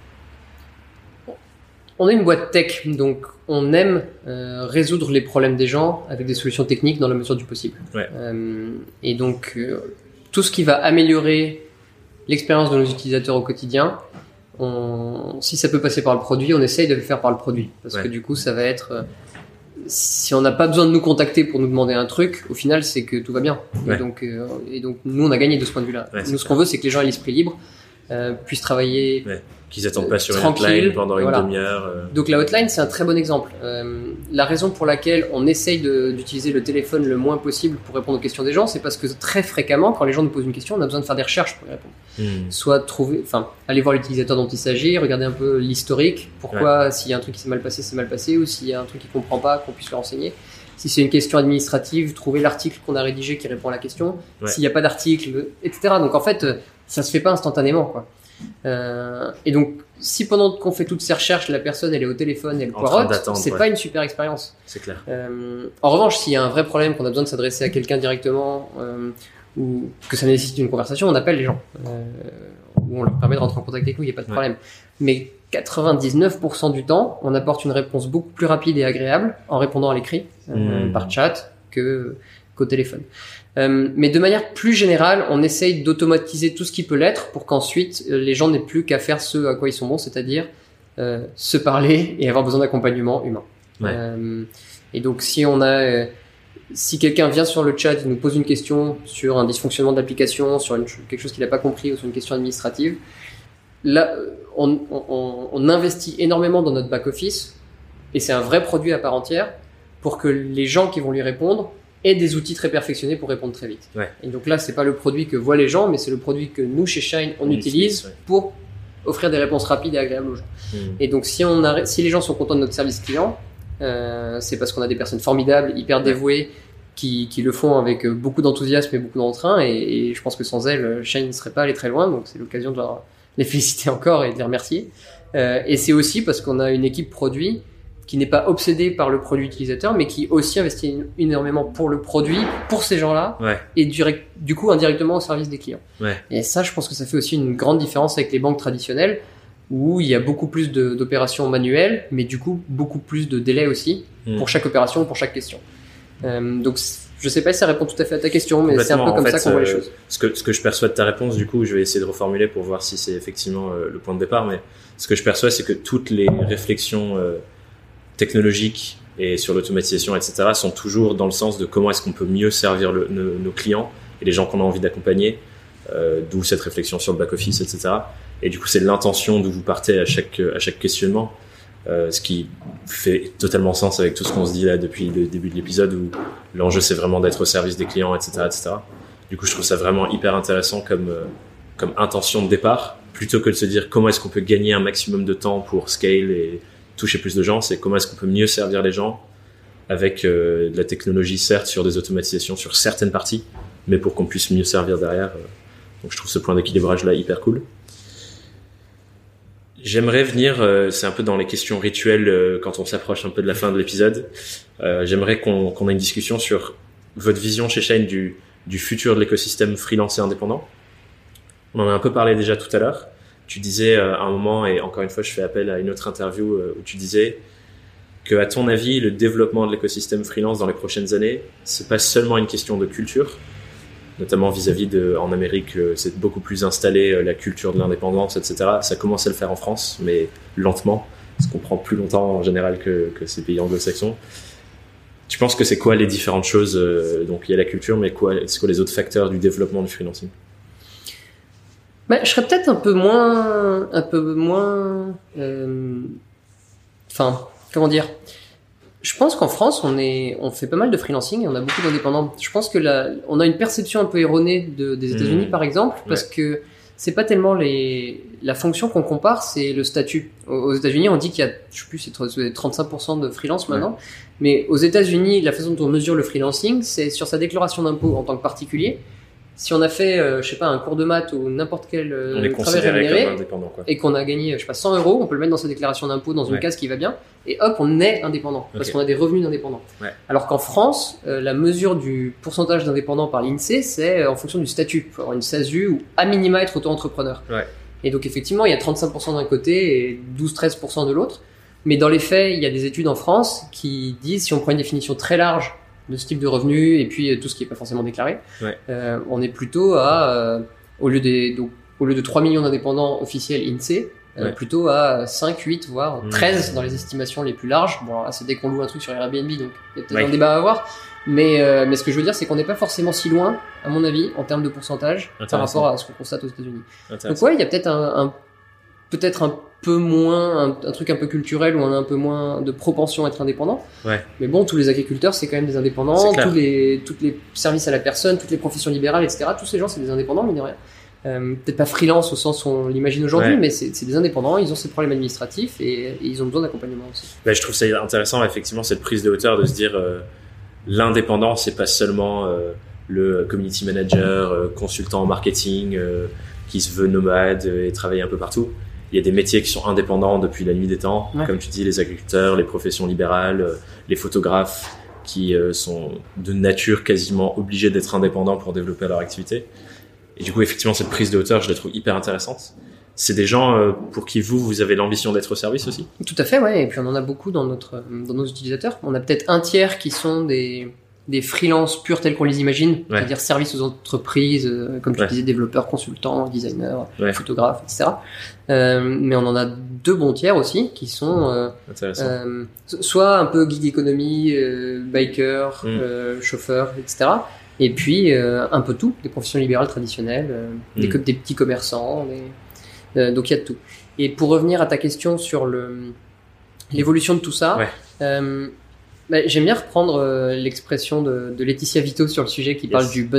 On est une boîte tech, donc on aime résoudre les problèmes des gens avec des solutions techniques dans la mesure du possible. Ouais. Et donc tout ce qui va améliorer l'expérience de nos utilisateurs au quotidien, si ça peut passer par le produit, on essaye de le faire par le produit. Parce que du coup, ça va être... si on n'a pas besoin de nous contacter pour nous demander un truc, au final, c'est que tout va bien. Ouais. Et donc, nous, on a gagné de ce point de vue-là. Ouais, nous, ce qu'on veut, c'est que les gens aient l'esprit libre, puissent travailler... Ouais. Qu'ils attendent pas sur une hotline pendant une demi-heure. Donc la hotline, c'est un très bon exemple. La raison pour laquelle on essaye d'utiliser le téléphone le moins possible pour répondre aux questions des gens, c'est parce que très fréquemment, quand les gens nous posent une question, on a besoin de faire des recherches pour y répondre. Soit aller voir l'utilisateur dont il s'agit, regarder un peu l'historique, pourquoi s'il y a un truc qui s'est mal passé, ou s'il y a un truc qu'il comprend pas, qu'on puisse le renseigner. Si c'est une question administrative, trouver l'article qu'on a rédigé qui répond à la question. S'il n'y a pas d'article, etc. Donc en fait, ça se fait pas instantanément, quoi. Et donc, si pendant qu'on fait toutes ces recherches, la personne elle est au téléphone, elle poirote, c'est pas une super expérience. C'est clair. En revanche, s'il y a un vrai problème, qu'on a besoin de s'adresser à quelqu'un directement, ou que ça nécessite une conversation, on appelle les gens, ou on leur permet de rentrer en contact avec nous, il n'y a pas de problème. Mais 99% du temps, on apporte une réponse beaucoup plus rapide et agréable en répondant à l'écrit, par chat, qu'au téléphone. Mais de manière plus générale, on essaye d'automatiser tout ce qui peut l'être pour qu'ensuite les gens n'aient plus qu'à faire ce à quoi ils sont bons, c'est-à-dire se parler et avoir besoin d'accompagnement humain. Ouais. Et donc si quelqu'un vient sur le chat et nous pose une question sur un dysfonctionnement de l'application, sur quelque chose qu'il n'a pas compris ou sur une question administrative, là on investit énormément dans notre back-office et c'est un vrai produit à part entière pour que les gens qui vont lui répondre et des outils très perfectionnés pour répondre très vite. Ouais. Et donc là, c'est pas le produit que voient les gens, mais c'est le produit que nous, chez Shine, on utilise pour offrir des réponses rapides et agréables aux gens. Et donc, si les gens sont contents de notre service client, c'est parce qu'on a des personnes formidables, hyper dévouées, qui le font avec beaucoup d'enthousiasme et beaucoup d'entrain. Et je pense que sans elles, Shine ne serait pas allé très loin. Donc, c'est l'occasion de les féliciter encore et de les remercier. Et c'est aussi parce qu'on a une équipe produit qui n'est pas obsédé par le produit utilisateur, mais qui aussi investit énormément pour le produit, pour ces gens-là, et du coup indirectement au service des clients. Ouais. Et ça, je pense que ça fait aussi une grande différence avec les banques traditionnelles, où il y a beaucoup plus d'opérations manuelles, mais du coup beaucoup plus de délais aussi pour chaque opération, pour chaque question. Donc je sais pas si ça répond tout à fait à ta question, mais c'est un peu comme ça qu'on voit les choses. Ce que je perçois de ta réponse, du coup, je vais essayer de reformuler pour voir si c'est effectivement le point de départ, mais ce que je perçois, c'est que toutes les réflexions technologiques et sur l'automatisation, etc., sont toujours dans le sens de comment est-ce qu'on peut mieux servir nos clients et les gens qu'on a envie d'accompagner, d'où cette réflexion sur le back-office, etc. Et du coup, c'est l'intention d'où vous partez à chaque questionnement, ce qui fait totalement sens avec tout ce qu'on se dit là depuis le début de l'épisode, où l'enjeu, c'est vraiment d'être au service des clients, etc., etc. Du coup, je trouve ça vraiment hyper intéressant comme intention de départ, plutôt que de se dire comment est-ce qu'on peut gagner un maximum de temps pour scale et toucher plus de gens, c'est comment est-ce qu'on peut mieux servir les gens avec de la technologie, certes, sur des automatisations sur certaines parties, mais pour qu'on puisse mieux servir derrière. Donc je trouve ce point d'équilibrage là hyper cool. J'aimerais venir, c'est un peu dans les questions rituelles quand on s'approche un peu de la fin de l'épisode, j'aimerais qu'on ait une discussion sur votre vision chez Shine du futur de l'écosystème freelance et indépendant. On en a un peu parlé déjà tout à l'heure. Tu disais à un moment, et encore une fois je fais appel à une autre interview où tu disais que à ton avis le développement de l'écosystème freelance dans les prochaines années, c'est pas seulement une question de culture, notamment vis-à-vis en Amérique, c'est beaucoup plus installé, la culture de l'indépendance, etc. Ça commence à le faire en France, mais lentement, parce qu'on prend plus longtemps en général que ces pays anglo-saxons. Tu penses que c'est quoi les différentes choses, donc il y a la culture, mais c'est quoi les autres facteurs du développement du freelancing? Je serais peut-être un peu moins, comment dire? Je pense qu'en France, on fait pas mal de freelancing et on a beaucoup d'indépendants. Je pense que on a une perception un peu erronée des États-Unis, par exemple, parce que c'est pas tellement la fonction qu'on compare, c'est le statut. Aux États-Unis, on dit qu'il y a, je sais plus, c'est 35% de freelance maintenant. Mais aux États-Unis, la façon dont on mesure le freelancing, c'est sur sa déclaration d'impôt en tant que particulier. Si on a fait, je sais pas, un cours de maths ou n'importe quel travail rémunéré et qu'on a gagné, je sais pas, 100 €, on peut le mettre dans sa déclaration d'impôt dans une case qui va bien et hop, on est indépendant parce qu'on a des revenus d'indépendants. Alors qu'en France, la mesure du pourcentage d'indépendants par l'INSEE, c'est en fonction du statut. Il faut avoir une SASU ou à minima être auto-entrepreneur. Et donc effectivement, il y a 35% d'un côté et 12-13% de l'autre. Mais dans les faits, il y a des études en France qui disent, si on prend une définition très large de ce type de revenus et puis tout ce qui est pas forcément déclaré, on est plutôt à au lieu de 3 millions d'indépendants officiels INSEE, plutôt à 5, 8 voire 13 dans les estimations les plus larges. Bon, là, c'est dès qu'on loue un truc sur Airbnb, donc il y a peut-être un débat à avoir, mais ce que je veux dire, c'est qu'on n'est pas forcément si loin, à mon avis, en termes de pourcentage par rapport à ce qu'on constate aux États-Unis. Donc il y a peut-être peut-être un peu moins, un truc un peu culturel où on a un peu moins de propension à être indépendant. Mais bon, tous les agriculteurs, c'est quand même des indépendants, tous les services à la personne, toutes les professions libérales, etc. Tous ces gens, c'est des indépendants, mine de rien. Peut-être pas freelance au sens où on l'imagine aujourd'hui, mais c'est des indépendants, ils ont ces problèmes administratifs et ils ont besoin d'accompagnement aussi. Je trouve ça intéressant, effectivement, cette prise de hauteur de se dire l'indépendant, c'est pas seulement le community manager, consultant en marketing qui se veut nomade et travailler un peu partout. Il y a des métiers qui sont indépendants depuis la nuit des temps, comme tu dis, les agriculteurs, les professions libérales, les photographes qui sont de nature quasiment obligés d'être indépendants pour développer leur activité. Et du coup, effectivement, cette prise de hauteur, je la trouve hyper intéressante. C'est des gens pour qui vous avez l'ambition d'être au service aussi? Tout à fait, ouais. Et puis on en a beaucoup dans nos utilisateurs. On a peut-être un tiers qui sont des freelances purs tels qu'on les imagine, c'est-à-dire services aux entreprises, comme tu disais, développeurs, consultants, designers, photographes, etc. Mais on en a 2 bons tiers aussi qui sont soit un peu gig economy, biker, chauffeur, etc. Et puis un peu tout, des professions libérales traditionnelles, des petits commerçants, donc il y a de tout. Et pour revenir à ta question sur l'évolution de tout ça, j'aime bien reprendre l'expression de Laetitia Vito sur le sujet qui parle du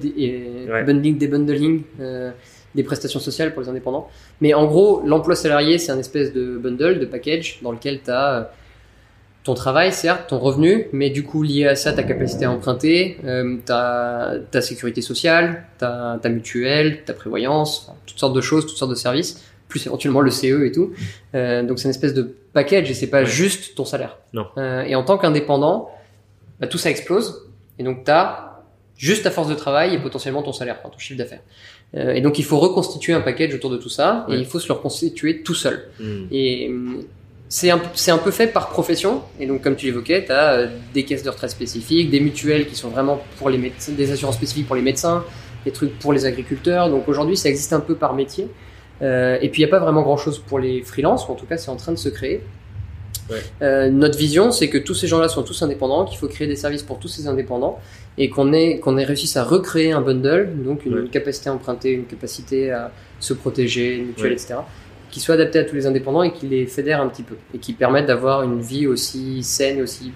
bundling des prestations sociales pour les indépendants. Mais en gros, l'emploi salarié, c'est un espèce de bundle, de package dans lequel tu as ton travail, certes, ton revenu, mais du coup, lié à ça, ta capacité à emprunter, ta sécurité sociale, ta mutuelle, ta prévoyance, toutes sortes de choses, toutes sortes de services, plus éventuellement le CE et tout. Donc c'est une espèce de package et c'est pas juste ton salaire. Non. Et en tant qu'indépendant, tout ça explose et donc t'as juste ta force de travail et potentiellement ton salaire, ton chiffre d'affaires. Et donc il faut reconstituer un package autour de tout ça et il faut se le reconstituer tout seul. Et c'est un peu fait par profession et donc comme tu l'évoquais, t'as des caisses de retraite spécifiques, des mutuelles qui sont vraiment pour les médecins, des assurances spécifiques pour les médecins, des trucs pour les agriculteurs. Donc aujourd'hui ça existe un peu par métier. Et puis il n'y a pas vraiment grand chose pour les freelances, ou en tout cas c'est en train de se créer. Notre vision, c'est que tous ces gens-là sont tous indépendants, qu'il faut créer des services pour tous ces indépendants et qu'on ait réussi à recréer un bundle, donc une capacité à emprunter, une capacité à se protéger, une mutuelle, etc., qui soit adapté à tous les indépendants et qui les fédère un petit peu et qui permettent d'avoir une vie aussi saine et aussi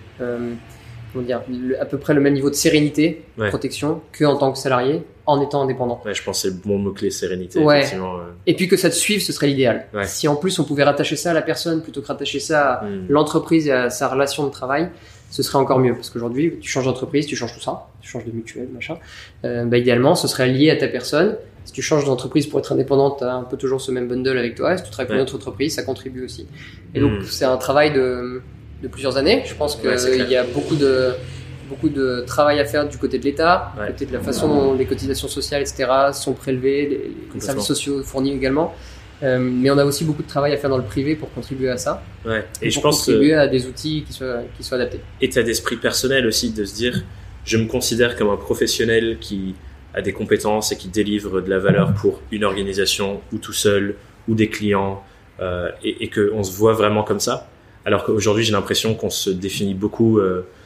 à peu près le même niveau de sérénité, protection qu'en tant que salarié en étant indépendant. Je pense que c'est le bon mot-clé, sérénité. Effectivement. Et puis que ça te suive, ce serait l'idéal. Si en plus on pouvait rattacher ça à la personne plutôt que rattacher ça à l'entreprise et à sa relation de travail, ce serait encore mieux. Parce qu'aujourd'hui, tu changes d'entreprise, tu changes tout ça, tu changes de mutuelle, machin. Idéalement, ce serait lié à ta personne. Si tu changes d'entreprise pour être indépendante, tu as un peu toujours ce même bundle avec toi. Si tu travailles pour une autre entreprise, ça contribue aussi. Et donc, c'est un travail de plusieurs années. Je pense qu'il y a beaucoup de travail à faire du côté de l'État, du côté de la façon dont les cotisations sociales, etc., sont prélevées, les services sociaux fournis également. Mais on a aussi beaucoup de travail à faire dans le privé pour contribuer à ça. Et je pour pense contribuer à des outils qui soient adaptés. État d'esprit personnel aussi, de se dire, je me considère comme un professionnel qui a des compétences et qui délivre de la valeur pour une organisation ou tout seul ou des clients et qu'on se voit vraiment comme ça. Alors qu'aujourd'hui, j'ai l'impression qu'on se définit beaucoup,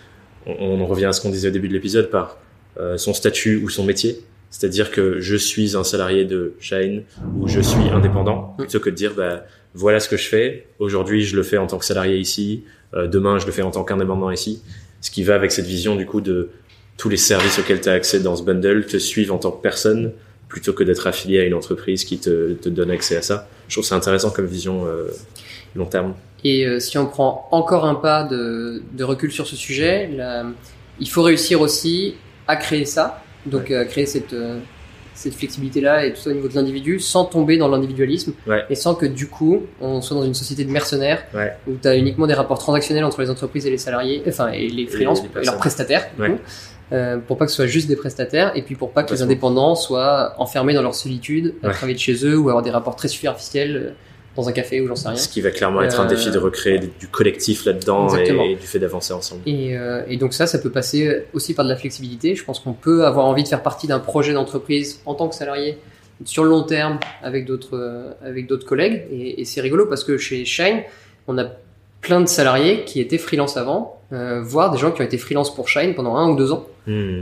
on revient à ce qu'on disait au début de l'épisode, par son statut ou son métier. C'est-à-dire que je suis un salarié de Shine ou je suis indépendant, plutôt que de dire voilà ce que je fais. Aujourd'hui, je le fais en tant que salarié ici. Demain, je le fais en tant qu'indépendant ici. Ce qui va avec cette vision du coup de tous les services auxquels tu as accès dans ce bundle te suivent en tant que personne plutôt que d'être affilié à une entreprise qui te donne accès à ça. Je trouve que c'est intéressant comme vision long terme. Et si on prend encore un pas de recul sur ce sujet, il faut réussir aussi à créer ça, donc à créer cette flexibilité-là et tout ça au niveau de l'individu sans tomber dans l'individualisme et sans que du coup on soit dans une société de mercenaires où tu as uniquement des rapports transactionnels entre les entreprises et les salariés, et les freelances et leurs prestataires du coup, pour pas que ce soit juste des prestataires et puis pour pas que les indépendants soient enfermés dans leur solitude à travailler de chez eux ou avoir des rapports très superficiels dans un café ou j'en sais rien. Ce qui va clairement être un défi de recréer du collectif là-dedans et du fait d'avancer ensemble. Et donc ça peut passer aussi par de la flexibilité. Je pense qu'on peut avoir envie de faire partie d'un projet d'entreprise en tant que salarié sur le long terme avec d'autres collègues. Et c'est rigolo parce que chez Shine, on a plein de salariés qui étaient freelance avant, voire des gens qui ont été freelance pour Shine pendant 1 ou 2 ans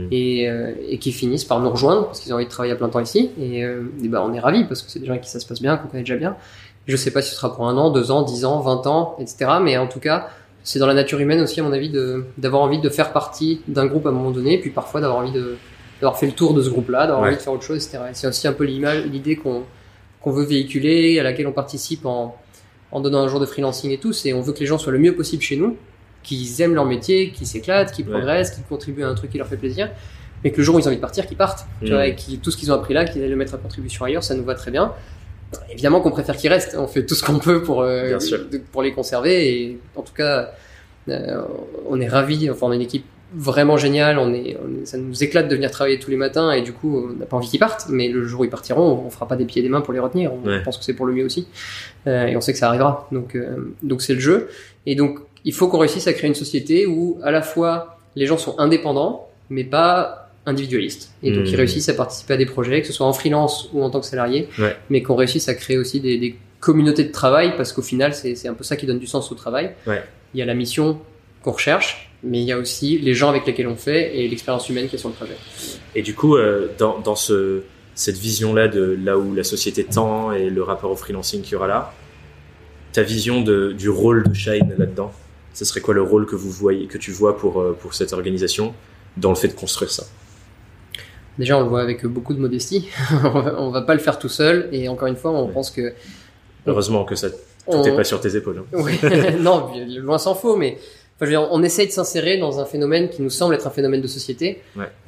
et qui finissent par nous rejoindre parce qu'ils ont envie de travailler à plein temps ici. Et on est ravis parce que c'est des gens avec qui ça se passe bien, qu'on connaît déjà bien. Je sais pas si ce sera pour 1 an, 2 ans, 10 ans, 20 ans, etc. Mais en tout cas, c'est dans la nature humaine aussi, à mon avis, d'avoir envie de faire partie d'un groupe à un moment donné, et puis parfois d'avoir envie d'avoir fait le tour de ce groupe-là, d'avoir envie de faire autre chose, etc. Et c'est aussi un peu l'idée qu'on veut véhiculer, à laquelle on participe en donnant un jour de freelancing et tout. C'est on veut que les gens soient le mieux possible chez nous, qu'ils aiment leur métier, qu'ils s'éclatent, qu'ils progressent, qu'ils contribuent à un truc qui leur fait plaisir, mais que le jour où ils ont envie de partir, qu'ils partent. Tu vois, et tout ce qu'ils ont appris là, qu'ils aillent le mettre à contribution ailleurs, ça nous va très bien. Évidemment qu'on préfère qu'ils restent, on fait tout ce qu'on peut pour les conserver et en tout cas on est ravis, enfin on a une équipe vraiment géniale, ça nous éclate de venir travailler tous les matins et du coup on n'a pas envie qu'ils partent, mais le jour où ils partiront on fera pas des pieds et des mains pour les retenir, on pense que c'est pour le mieux aussi et on sait que ça arrivera, donc c'est le jeu et donc il faut qu'on réussisse à créer une société où à la fois les gens sont indépendants mais pas individualistes et donc ils réussissent à participer à des projets que ce soit en freelance ou en tant que salarié mais qu'on réussisse à créer aussi des communautés de travail parce qu'au final c'est un peu ça qui donne du sens au travail. Il y a la mission qu'on recherche mais il y a aussi les gens avec lesquels on fait et l'expérience humaine qui est sur le projet. Et du coup dans cette vision là de là où la société tend et le rapport au freelancing qu'il y aura là, ta vision du rôle de Shine là-dedans, ce serait quoi le rôle que tu vois pour cette organisation dans le fait de construire ça? Déjà, on le voit avec beaucoup de modestie. On va pas le faire tout seul. Et encore une fois, on pense que... Heureusement que tout n'est pas sur tes épaules. Hein. Oui, non, loin s'en faut, mais enfin, je veux dire, on essaye de s'insérer dans un phénomène qui nous semble être un phénomène de société.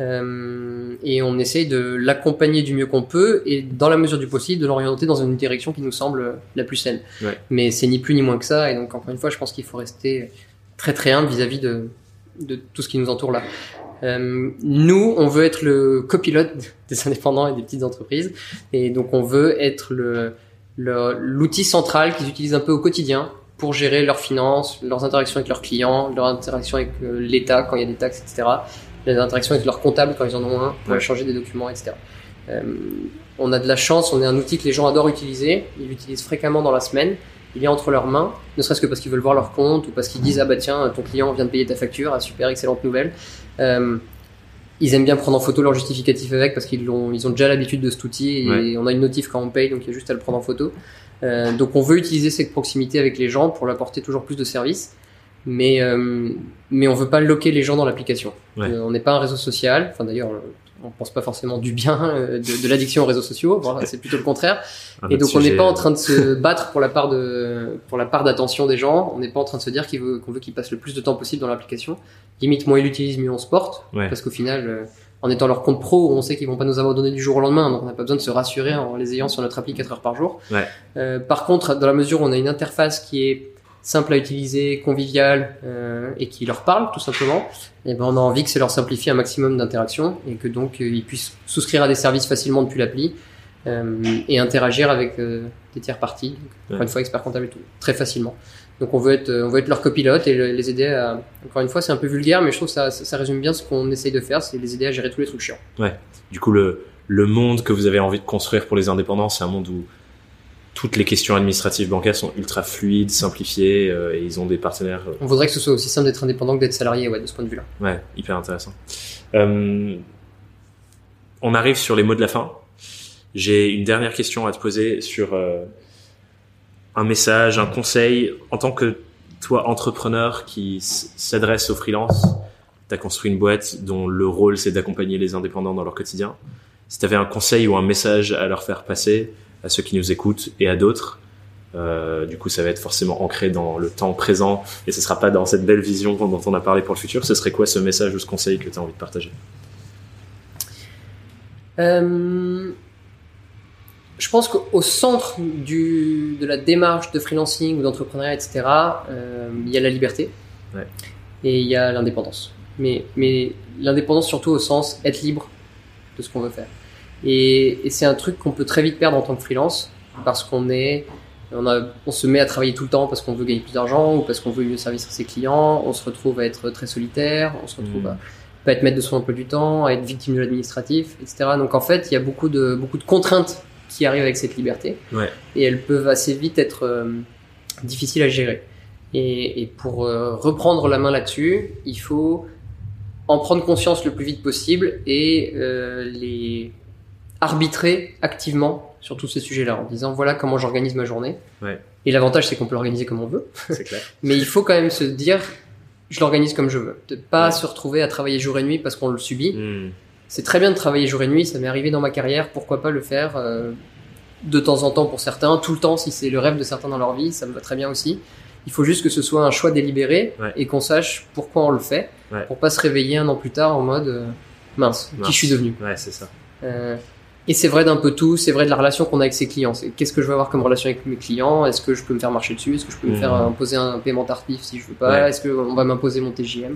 Et on essaye de l'accompagner du mieux qu'on peut et dans la mesure du possible, de l'orienter dans une direction qui nous semble la plus saine. Mais c'est ni plus ni moins que ça. Et donc, encore une fois, je pense qu'il faut rester très très humble vis-à-vis de tout ce qui nous entoure là. Nous, on veut être le copilote des indépendants et des petites entreprises, et donc on veut être l'outil central qu'ils utilisent un peu au quotidien pour gérer leurs finances, leurs interactions avec leurs clients, leurs interactions avec l'État quand il y a des taxes, etc. Les interactions avec leurs comptables quand ils en ont un pour échanger des documents, etc. On a de la chance, on est un outil que les gens adorent utiliser, ils l'utilisent fréquemment dans la semaine. Il est entre leurs mains, ne serait-ce que parce qu'ils veulent voir leur compte ou parce qu'ils disent ah bah tiens ton client vient de payer ta facture, ah super excellente nouvelle. Ils aiment bien prendre en photo leur justificatif avec parce qu'ils ont déjà l'habitude de cet outil et on a une notif quand on paye donc il y a juste à le prendre en photo. Donc on veut utiliser cette proximité avec les gens pour leur apporter toujours plus de services, mais on veut pas loquer les gens dans l'application. On n'est pas un réseau social, enfin d'ailleurs on pense pas forcément du bien de l'addiction aux réseaux sociaux, c'est plutôt le contraire. Et donc on n'est pas en train de se battre pour la part d'attention des gens, on n'est pas en train de se dire qu'on veut qu'ils passent le plus de temps possible dans l'application. Limite moins ils l'utilisent, mieux on se porte, parce qu'au final en étant leur compte pro, on sait qu'ils vont pas nous abandonner du jour au lendemain, donc on n'a pas besoin de se rassurer en les ayant sur notre appli 4 heures par jour. Par contre, dans la mesure où on a une interface qui est simple à utiliser, convivial et qui leur parle tout simplement, et on a envie que ça leur simplifie un maximum d'interactions et que donc ils puissent souscrire à des services facilement depuis l'appli et interagir avec des tiers parties, encore une fois expert comptable et tout, très facilement. Donc on veut être leur copilote et les aider à, encore une fois c'est un peu vulgaire mais je trouve que ça résume bien ce qu'on essaye de faire, c'est les aider à gérer tous les trucs chiants. Du coup le monde que vous avez envie de construire pour les indépendants, c'est un monde où toutes les questions administratives bancaires sont ultra fluides, simplifiées, et ils ont des partenaires. On voudrait que ce soit aussi simple d'être indépendant que d'être salarié, de ce point de vue-là. Ouais, hyper intéressant. On arrive sur les mots de la fin. J'ai une dernière question à te poser sur un message, un conseil. En tant que toi, entrepreneur qui s'adresse aux freelances, tu as construit une boîte dont le rôle, c'est d'accompagner les indépendants dans leur quotidien. Si tu avais un conseil ou un message à leur faire passer, à ceux qui nous écoutent et à d'autres, du coup, ça va être forcément ancré dans le temps présent et ce sera pas dans cette belle vision dont on a parlé pour le futur. Ce serait quoi ce message ou ce conseil que tu as envie de partager? Je pense qu'au centre de la démarche de freelancing ou d'entrepreneuriat, etc., il y a la liberté et il y a l'indépendance. Mais l'indépendance surtout au sens être libre de ce qu'on veut faire. Et c'est un truc qu'on peut très vite perdre en tant que freelance parce qu'on se met à travailler tout le temps parce qu'on veut gagner plus d'argent ou parce qu'on veut mieux servir ses clients. On se retrouve à être très solitaire, on se retrouve à pas être maître de son emploi du temps, à être victime de l'administratif, etc. Donc en fait, il y a beaucoup de contraintes qui arrivent avec cette liberté et elles peuvent assez vite être difficiles à gérer. Et pour reprendre la main là-dessus, il faut en prendre conscience le plus vite possible et les arbitrer activement sur tous ces sujets-là en disant voilà comment j'organise ma journée. Et l'avantage c'est qu'on peut l'organiser comme on veut. C'est clair. Mais il faut quand même se dire je l'organise comme je veux. De pas se retrouver à travailler jour et nuit parce qu'on le subit. C'est très bien de travailler jour et nuit, ça m'est arrivé dans ma carrière, pourquoi pas le faire de temps en temps pour certains, tout le temps si c'est le rêve de certains dans leur vie, ça me va très bien aussi. Il faut juste que ce soit un choix délibéré et qu'on sache pourquoi on le fait pour pas se réveiller un an plus tard en mode mince, qui je suis devenu. Ouais, c'est ça. Et c'est vrai d'un peu tout, c'est vrai de la relation qu'on a avec ses clients. Qu'est-ce que je veux avoir comme relation avec mes clients? Est-ce que je peux me faire marcher dessus? Est-ce que je peux me faire imposer un paiement tardif si je veux pas? Est-ce qu'on va m'imposer mon TJM?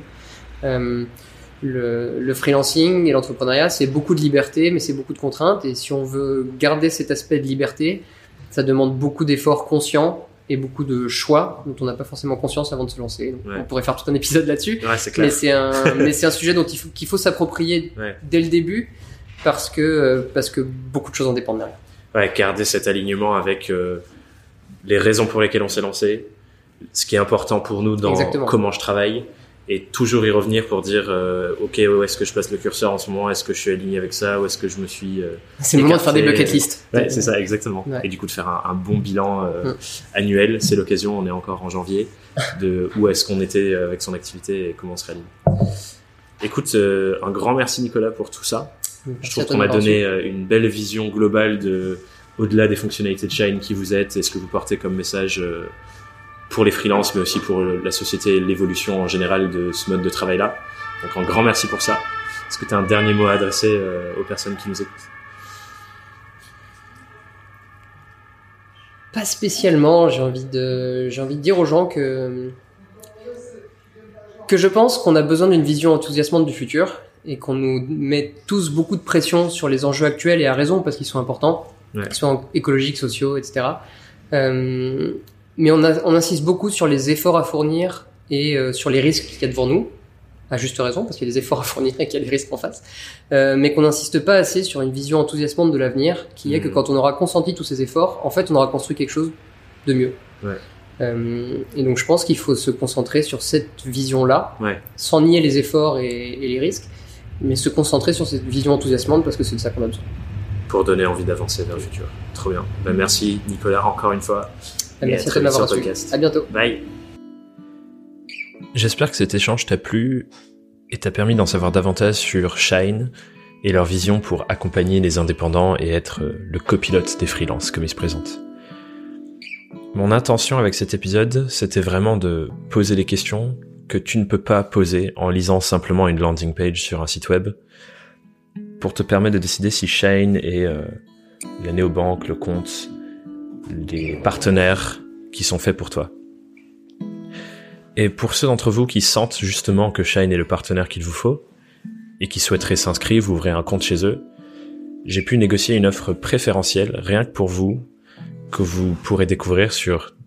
Le freelancing et l'entrepreneuriat, c'est beaucoup de liberté, mais c'est beaucoup de contraintes. Et si on veut garder cet aspect de liberté, ça demande beaucoup d'efforts conscients et beaucoup de choix dont on n'a pas forcément conscience avant de se lancer. Donc, on pourrait faire tout un épisode là-dessus. C'est clair. Mais c'est un sujet dont qu'il faut s'approprier dès le début. Parce que beaucoup de choses en dépendent derrière. Garder cet alignement avec les raisons pour lesquelles on s'est lancé, ce qui est important pour nous dans comment je travaille, et toujours y revenir pour dire ok, où est-ce que je place le curseur en ce moment, est-ce que je suis aligné avec ça, ou est-ce que je me suis c'est le moment de faire des bucket list. C'est ça, exactement. Et du coup de faire un bon bilan annuel, c'est l'occasion, on est encore en janvier, de où est-ce qu'on était avec son activité et comment on se réaligne. Écoute, un grand merci Nicolas pour tout ça. Je trouve qu'on m'a donné une belle vision globale au-delà des fonctionnalités de Shine, qui vous êtes et ce que vous portez comme message pour les freelances, mais aussi pour la société et l'évolution en général de ce mode de travail-là. Donc un grand merci pour ça. Est-ce que tu as un dernier mot à adresser aux personnes qui nous écoutent? Pas spécialement. J'ai envie de dire aux gens que je pense qu'on a besoin d'une vision enthousiasmante du futur. Et qu'on nous met tous beaucoup de pression sur les enjeux actuels et à raison parce qu'ils sont importants, qu'ils soient écologiques, sociaux, etc. Mais on insiste beaucoup sur les efforts à fournir et sur les risques qu'il y a devant nous, à juste raison parce qu'il y a des efforts à fournir et qu'il y a des risques en face, mais qu'on n'insiste pas assez sur une vision enthousiasmante de l'avenir qui est que quand on aura consenti tous ces efforts, en fait on aura construit quelque chose de mieux. Et donc je pense qu'il faut se concentrer sur cette vision-là, sans nier les efforts et les risques, mais se concentrer sur cette vision enthousiasmante parce que c'est de ça qu'on a besoin. Pour donner envie d'avancer vers le futur. Trop bien. Merci Nicolas encore une fois. Merci à toi de m'avoir suivi. À bientôt. Bye. J'espère que cet échange t'a plu et t'a permis d'en savoir davantage sur Shine et leur vision pour accompagner les indépendants et être le copilote des freelances comme ils se présentent. Mon intention avec cet épisode, c'était vraiment de poser les questions que tu ne peux pas poser en lisant simplement une landing page sur un site web, pour te permettre de décider si Shine est la néobanque, le compte, les partenaires qui sont faits pour toi. Et pour ceux d'entre vous qui sentent justement que Shine est le partenaire qu'il vous faut, et qui souhaiteraient s'inscrire ou ouvrir un compte chez eux, j'ai pu négocier une offre préférentielle rien que pour vous, que vous pourrez découvrir sur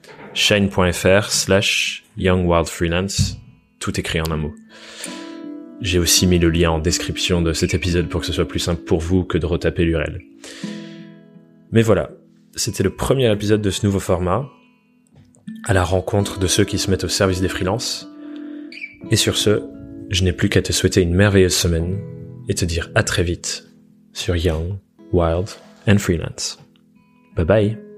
www.shine.fr/youngwildfreelance, tout écrit en un mot. J'ai aussi mis le lien en description de cet épisode pour que ce soit plus simple pour vous que de retaper l'URL. Mais voilà, c'était le premier épisode de ce nouveau format, à la rencontre de ceux qui se mettent au service des freelances. Et sur ce, je n'ai plus qu'à te souhaiter une merveilleuse semaine et te dire à très vite sur Young, Wild and Freelance. Bye bye.